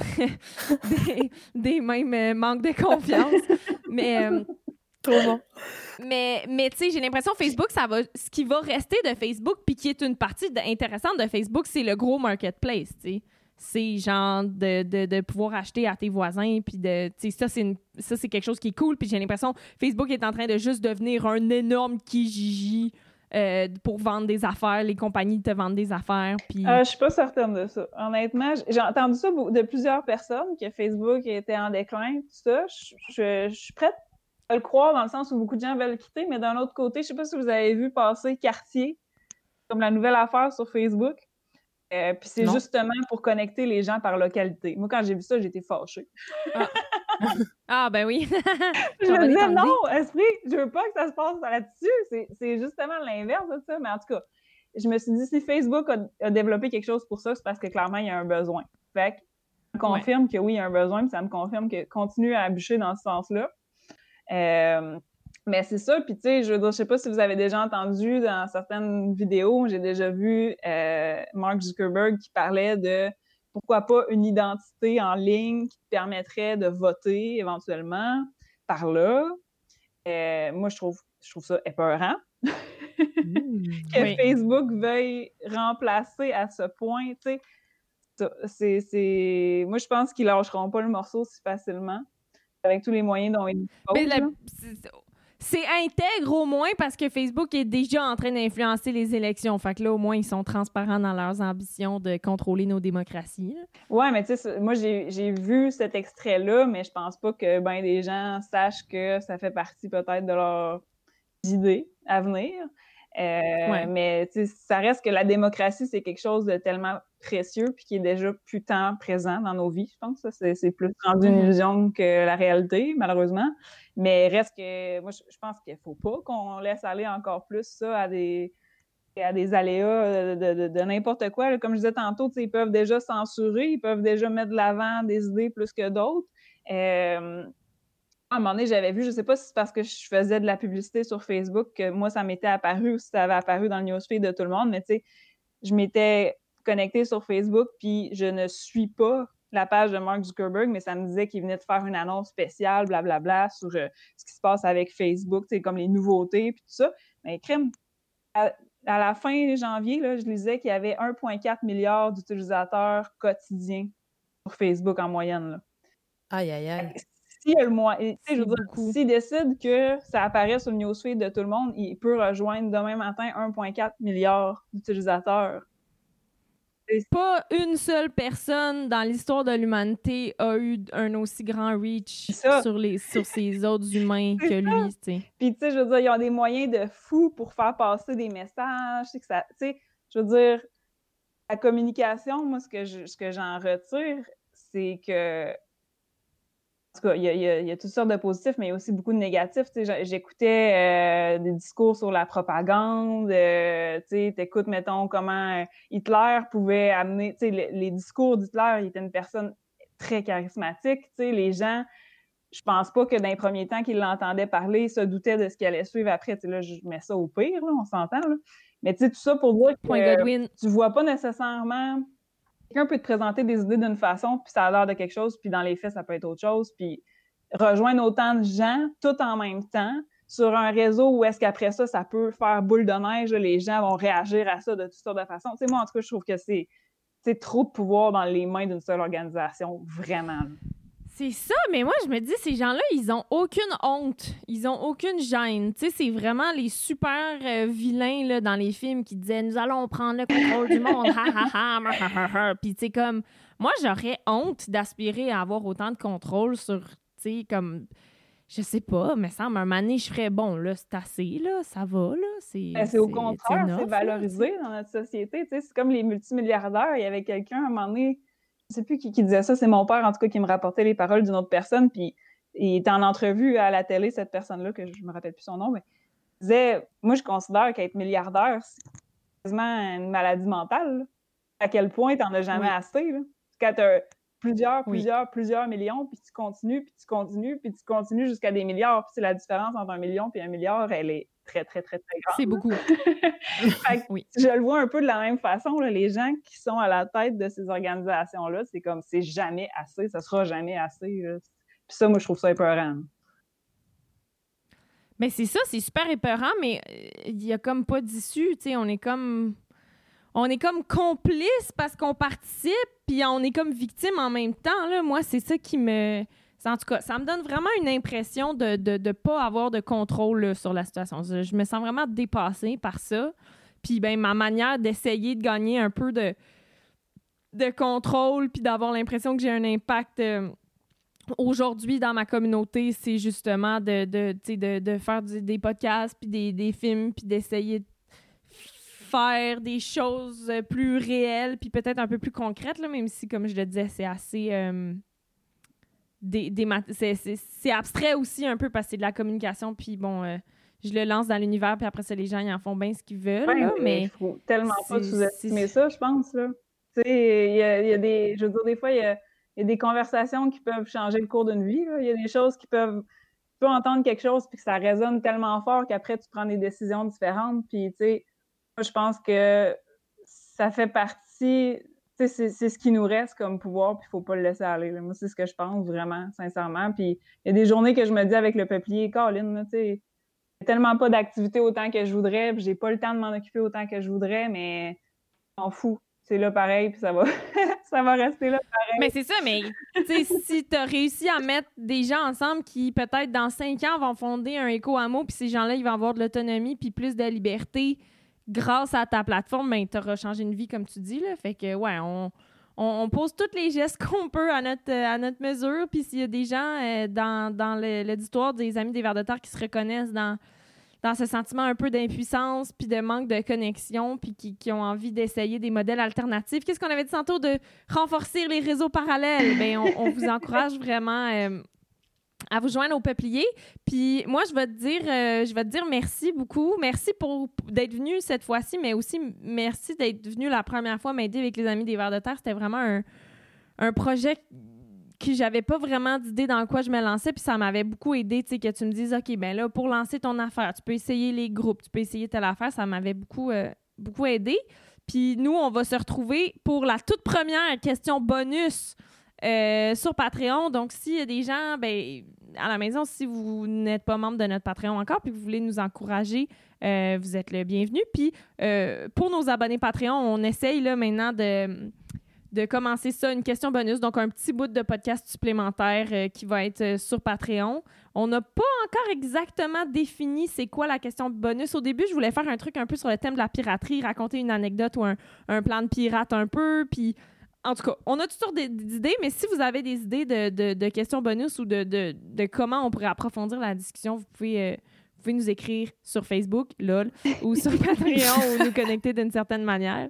des, des mêmes euh, manques de confiance. Mais... Euh, Trop bon. Mais, mais tu sais, j'ai l'impression que Facebook, ça va, ce qui va rester de Facebook, puis qui est une partie de, intéressante de Facebook, c'est le gros marketplace, tu sais. C'est genre de, de, de pouvoir acheter à tes voisins, puis de, tu sais, ça, c'est une, ça, c'est quelque chose qui est cool, puis j'ai l'impression que Facebook est en train de juste devenir un énorme Kijiji euh, pour vendre des affaires, les compagnies te vendent des affaires, puis... Euh, je suis pas certaine de ça. Honnêtement, j'ai entendu ça de plusieurs personnes, que Facebook était en déclin, tout ça. Je, je, je suis prête à le croire dans le sens où beaucoup de gens veulent le quitter, mais d'un autre côté, je sais pas si vous avez vu passer Cartier comme la nouvelle affaire sur Facebook. Euh, puis c'est non. justement pour connecter les gens par localité. Moi, quand j'ai vu ça, j'ai été fâchée. Ah, ah ben oui. Je me disais, non, esprit, je veux pas que ça se passe là-dessus. C'est, c'est justement l'inverse de ça. Mais en tout cas, je me suis dit, si Facebook a, a développé quelque chose pour ça, c'est parce que clairement, il y a un besoin. Fait que ça me confirme ouais. que oui, il y a un besoin, puis ça me confirme que continue à bûcher dans ce sens-là. Euh, mais c'est ça, puis tu sais, je veux dire, je sais pas si vous avez déjà entendu dans certaines vidéos, j'ai déjà vu euh, Mark Zuckerberg qui parlait de pourquoi pas une identité en ligne qui te permettrait de voter éventuellement par là. Euh, moi, je trouve, je trouve ça épeurant mmh, que oui. Facebook veuille remplacer à ce point, tu sais. C'est, c'est... Moi, je pense qu'ils lâcheront pas le morceau si facilement, avec tous les moyens dont ils disposent. La... C'est intègre au moins parce que Facebook est déjà en train d'influencer les élections. Fait que là, au moins, ils sont transparents dans leurs ambitions de contrôler nos démocraties. Oui, mais tu sais, moi, j'ai, j'ai vu cet extrait-là, mais je pense pas que ben des gens sachent que ça fait partie peut-être de leurs idées à venir. Euh, ouais. Mais tu sais, ça reste que la démocratie, c'est quelque chose de tellement précieux puis qui est déjà plus tant présent dans nos vies. Je pense que ça, c'est, c'est plus rendu une illusion que la réalité, malheureusement. Mais reste que, moi, je, je pense qu'il faut pas qu'on laisse aller encore plus ça à des, à des aléas de, de, de n'importe quoi. Là. Comme je disais tantôt, ils peuvent déjà censurer, ils peuvent déjà mettre de l'avant des idées plus que d'autres. Euh, À un moment donné, j'avais vu, je sais pas si c'est parce que je faisais de la publicité sur Facebook que moi, ça m'était apparu ou si ça avait apparu dans le newsfeed de tout le monde, mais tu sais, je m'étais connectée sur Facebook puis je ne suis pas la page de Mark Zuckerberg, mais ça me disait qu'il venait de faire une annonce spéciale, blablabla, bla, bla, sur euh, ce qui se passe avec Facebook, tu sais, comme les nouveautés puis tout ça. Mais crème, à, à la fin janvier, là, je lisais qu'il y avait un virgule quatre milliard d'utilisateurs quotidiens sur Facebook en moyenne, là. Aïe, aïe, aïe. Si le mois, tu sais, je veux dire, s'il décide que ça apparaît sur le newsfeed de tout le monde, il peut rejoindre demain matin un virgule quatre milliard d'utilisateurs. C'est... Pas une seule personne dans l'histoire de l'humanité a eu un aussi grand reach sur, les, sur ces autres humains que lui, tu sais. Puis, tu sais, je veux dire, ils ont des moyens de fou pour faire passer des messages, que ça, tu sais, je veux dire, la communication, moi, ce que, je, ce que j'en retire, c'est que en tout cas, il y, y, y a toutes sortes de positifs, mais il y a aussi beaucoup de négatifs. Tu sais, j'écoutais euh, des discours sur la propagande. Euh, tu sais, t'écoutes, mettons, comment Hitler pouvait amener... Tu sais, les, les discours d'Hitler, il était une personne très charismatique. Tu sais, les gens, je pense pas que dans les premiers temps qu'ils l'entendaient parler, ils se doutaient de ce qui allait suivre après. Tu sais, là, je mets ça au pire, là, on s'entend, là. Mais tu sais, tout ça pour dire que euh, tu vois pas nécessairement... Quelqu'un peut te présenter des idées d'une façon, puis ça a l'air de quelque chose, puis dans les faits, ça peut être autre chose, puis rejoindre autant de gens, tout en même temps, sur un réseau où est-ce qu'après ça, ça peut faire boule de neige, là, les gens vont réagir à ça de toutes sortes de façons. Tu sais, moi, en tout cas, je trouve que c'est, c'est trop de pouvoir dans les mains d'une seule organisation, vraiment. C'est ça, mais moi, je me dis, ces gens-là, ils ont aucune honte. Ils ont aucune gêne. Tu sais, c'est vraiment les super euh, vilains là, dans les films qui disaient « Nous allons prendre le contrôle du monde. Ha, ha, ha, ha, ha, ha. » Puis, tu sais, comme... Moi, j'aurais honte d'aspirer à avoir autant de contrôle sur, tu sais, comme... je sais pas, mais ça, un moment donné, je ferais bon, là, c'est assez, là, ça va, là. C'est, ben, c'est au contraire, c'est valorisé là, dans notre société. Tu sais, c'est comme les multimilliardaires. Il y avait quelqu'un, à un moment donné, je sais plus qui, qui disait ça, c'est mon père, en tout cas, qui me rapportait les paroles d'une autre personne, puis il était en entrevue à la télé, cette personne-là, que je me rappelle plus son nom, mais il disait, moi, je considère qu'être milliardaire, c'est quasiment une maladie mentale, là. À quel point t'en as jamais oui. assez, là. Quand t'as plusieurs, plusieurs, oui. plusieurs millions, puis tu continues, puis tu continues, puis tu continues jusqu'à des milliards. Puis la différence entre un million et un milliard, elle est très, très, très, très grande. C'est beaucoup. Fait que oui. Je le vois un peu de la même façon, là, les gens qui sont à la tête de ces organisations-là, c'est comme, c'est jamais assez, ça sera jamais assez, là. Puis ça, moi, je trouve ça épeurant. Mais c'est ça, c'est super épeurant, mais il y a comme pas d'issue, tu sais, on est comme... On est comme complice parce qu'on participe, puis on est comme victime en même temps. Là. Moi, c'est ça qui me... En tout cas, ça me donne vraiment une impression de ne de, de pas avoir de contrôle là, sur la situation. Je me sens vraiment dépassée par ça. Puis, ben, ma manière d'essayer de gagner un peu de, de contrôle puis d'avoir l'impression que j'ai un impact euh, aujourd'hui dans ma communauté, c'est justement de, de, de, de faire du, des podcasts puis des, des films puis d'essayer de faire des choses plus réelles puis peut-être un peu plus concrètes, là, même si, comme je le disais, c'est assez... Euh, des, des mat- c'est, c'est, c'est abstrait aussi un peu parce que c'est de la communication, puis bon, euh, je le lance dans l'univers, puis après ça, les gens, ils en font bien ce qu'ils veulent. Ouais, là, mais il faut tellement pas sous-estimer ça, je pense. Là. Tu sais, il y a, y a des... Je veux dire, des fois, il y a, y a des conversations qui peuvent changer le cours d'une vie. Il y a des choses qui peuvent... Tu peux entendre quelque chose, puis que ça résonne tellement fort qu'après, tu prends des décisions différentes, puis tu sais... Moi, je pense que ça fait partie, tu sais, c'est, c'est ce qui nous reste comme pouvoir, puis il faut pas le laisser aller. Là. Moi, c'est ce que je pense vraiment, sincèrement. Puis il y a des journées que je me dis avec le peuplier, Colin, tu sais, il y a tellement pas d'activité autant que je voudrais, puis j'ai pas le temps de m'en occuper autant que je voudrais, mais je m'en fous. C'est là pareil, puis ça va, ça va rester là pareil. Mais c'est ça, mais tu sais, si tu as réussi à mettre des gens ensemble qui, peut-être dans cinq ans, vont fonder un éco-hameau, puis ces gens-là, ils vont avoir de l'autonomie, puis plus de liberté, grâce à ta plateforme, ben, tu auras changé une vie, comme tu dis. Là. Fait que, ouais, on, on, on pose tous les gestes qu'on peut à notre, à notre mesure. Puis s'il y a des gens euh, dans, dans le, l'auditoire des Amis des Vers de Terre qui se reconnaissent dans, dans ce sentiment un peu d'impuissance puis de manque de connexion puis qui, qui ont envie d'essayer des modèles alternatifs, qu'est-ce qu'on avait dit tantôt de renforcer les réseaux parallèles? Bien, on, on vous encourage vraiment... Euh, à vous joindre au peuplier. Puis moi, je vais te dire, euh, je vais te dire merci beaucoup. Merci pour d'être venu cette fois-ci, mais aussi merci d'être venu la première fois m'aider avec les Amis des Vers de Terre. C'était vraiment un, un projet que j'avais pas vraiment d'idée dans quoi je me lançais, puis ça m'avait beaucoup aidé, tu sais, que tu me dises, OK, ben là, pour lancer ton affaire, tu peux essayer les groupes, tu peux essayer telle affaire. Ça m'avait beaucoup, euh, beaucoup aidé. Puis nous, on va se retrouver pour la toute première question bonus Euh, sur Patreon. Donc, s'il y a des gens ben, à la maison, si vous n'êtes pas membre de notre Patreon encore puis que vous voulez nous encourager, euh, vous êtes le bienvenu. Puis, euh, pour nos abonnés Patreon, on essaye là, maintenant de, de commencer ça, une question bonus. Donc, un petit bout de podcast supplémentaire euh, qui va être euh, sur Patreon. On n'a pas encore exactement défini c'est quoi la question bonus. Au début, je voulais faire un truc un peu sur le thème de la piraterie, raconter une anecdote ou un, un plan de pirate un peu, puis en tout cas, on a toutes sortes d'idées, mais si vous avez des idées de, de, de questions bonus ou de, de, de comment on pourrait approfondir la discussion, vous pouvez, euh, vous pouvez nous écrire sur Facebook, lol, ou sur Patreon ou nous connecter d'une certaine manière.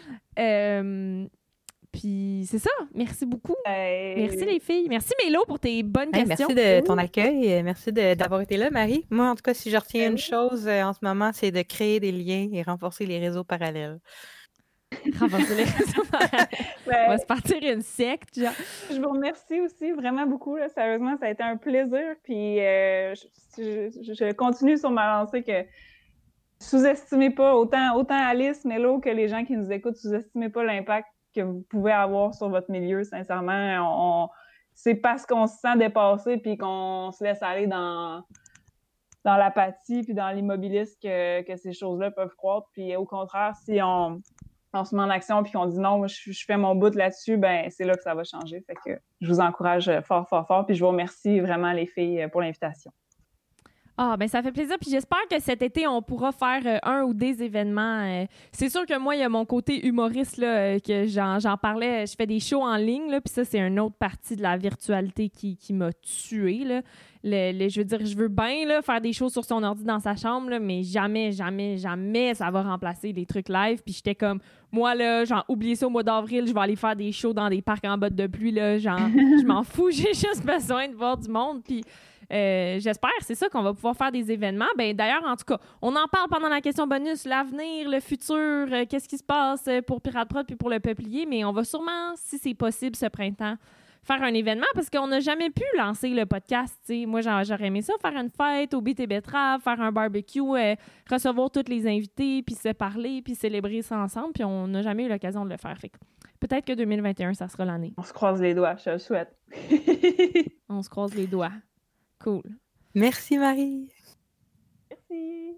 Euh, puis c'est ça. Merci beaucoup. Hey. Merci les filles. Merci Mélo pour tes bonnes hey, questions. Merci de ton accueil. Merci de, d'avoir été là, Marie. Moi, en tout cas, si je retiens une chose euh, en ce moment, c'est de créer des liens et renforcer les réseaux parallèles. Renforcer les réseaux parallèles. Ouais. On va se partir une secte, genre. Je vous remercie aussi vraiment beaucoup. Là. Sérieusement, ça a été un plaisir. Puis euh, je, je, je continue sur ma lancée que sous-estimez pas autant, autant Alice, Mélo que les gens qui nous écoutent, sous-estimez pas l'impact que vous pouvez avoir sur votre milieu. Sincèrement, on, on, c'est parce qu'on se sent dépassé puis qu'on se laisse aller dans, dans l'apathie puis dans l'immobilisme que, que ces choses-là peuvent croître. Puis au contraire, si on on se met en action puis qu'on dit non, moi, je, je fais mon bout là-dessus, ben c'est là que ça va changer. Fait que je vous encourage fort, fort, fort. Puis je vous remercie vraiment les filles pour l'invitation. Ah, ben ça fait plaisir. Puis j'espère que cet été, on pourra faire euh, un ou des événements. Euh, c'est sûr que moi, il y a mon côté humoriste, là, euh, que j'en, j'en parlais. Je fais des shows en ligne, là, puis ça, c'est une autre partie de la virtualité qui, qui m'a tuée, là. Le, le, je veux dire, je veux bien là, faire des shows sur son ordi dans sa chambre, là, mais jamais, jamais, jamais ça va remplacer les trucs live. Puis j'étais comme, moi, là, genre, oubliez ça au mois d'avril, je vais aller faire des shows dans des parcs en bottes de pluie, là. Genre, je m'en fous, j'ai juste besoin de voir du monde. Puis Euh, j'espère, c'est ça, qu'on va pouvoir faire des événements. Ben, d'ailleurs, en tout cas, on en parle pendant la question bonus, l'avenir, le futur, euh, qu'est-ce qui se passe pour Pirate Prod puis pour le Peuplier, mais on va sûrement, si c'est possible ce printemps, faire un événement parce qu'on n'a jamais pu lancer le podcast. T'sais. Moi, j'aurais aimé ça, faire une fête au Beat et Betterave, faire un barbecue, euh, recevoir tous les invités, puis se parler, puis célébrer ça ensemble, puis on n'a jamais eu l'occasion de le faire. Fait que peut-être que deux mille vingt et un, ça sera l'année. On se croise les doigts, je le souhaite. On se croise les doigts. Cool. Merci, Marie. Merci.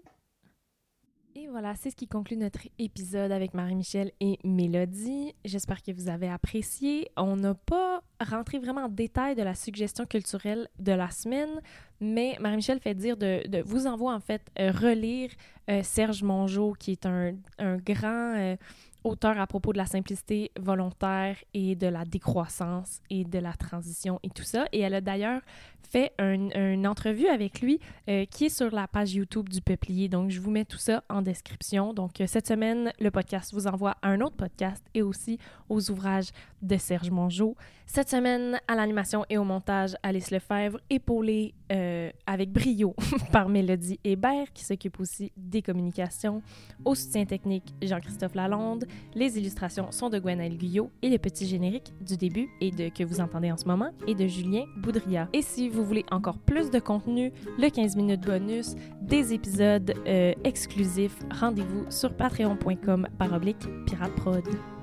Et voilà, c'est ce qui conclut notre épisode avec Marie-Michel et Mélodie. J'espère que vous avez apprécié. On n'a pas rentré vraiment en détail de la suggestion culturelle de la semaine, mais Marie-Michel fait dire de, de vous envoie en fait euh, relire euh, Serge Mongeau, qui est un, un grand euh, auteur à propos de la simplicité volontaire et de la décroissance et de la transition et tout ça. Et elle a d'ailleurs fait un, une entrevue avec lui euh, qui est sur la page YouTube du Peuplier. Donc, je vous mets tout ça en description. Donc, euh, cette semaine, le podcast vous envoie à un autre podcast et aussi aux ouvrages de Serge Mongeau. Cette semaine, à l'animation et au montage, Alice Lefebvre, épaulée euh, avec brio par Mélodie Hébert, qui s'occupe aussi des communications. Au soutien technique, Jean-Christophe Lalonde. Les illustrations sont de Gwenaëlle Guyot et le petit générique du début et de que vous entendez en ce moment est de Julien Boudria. Et si vous voulez encore plus de contenu, le quinze minutes bonus, des épisodes euh, exclusifs, rendez-vous sur patreon point com slash pirate prod.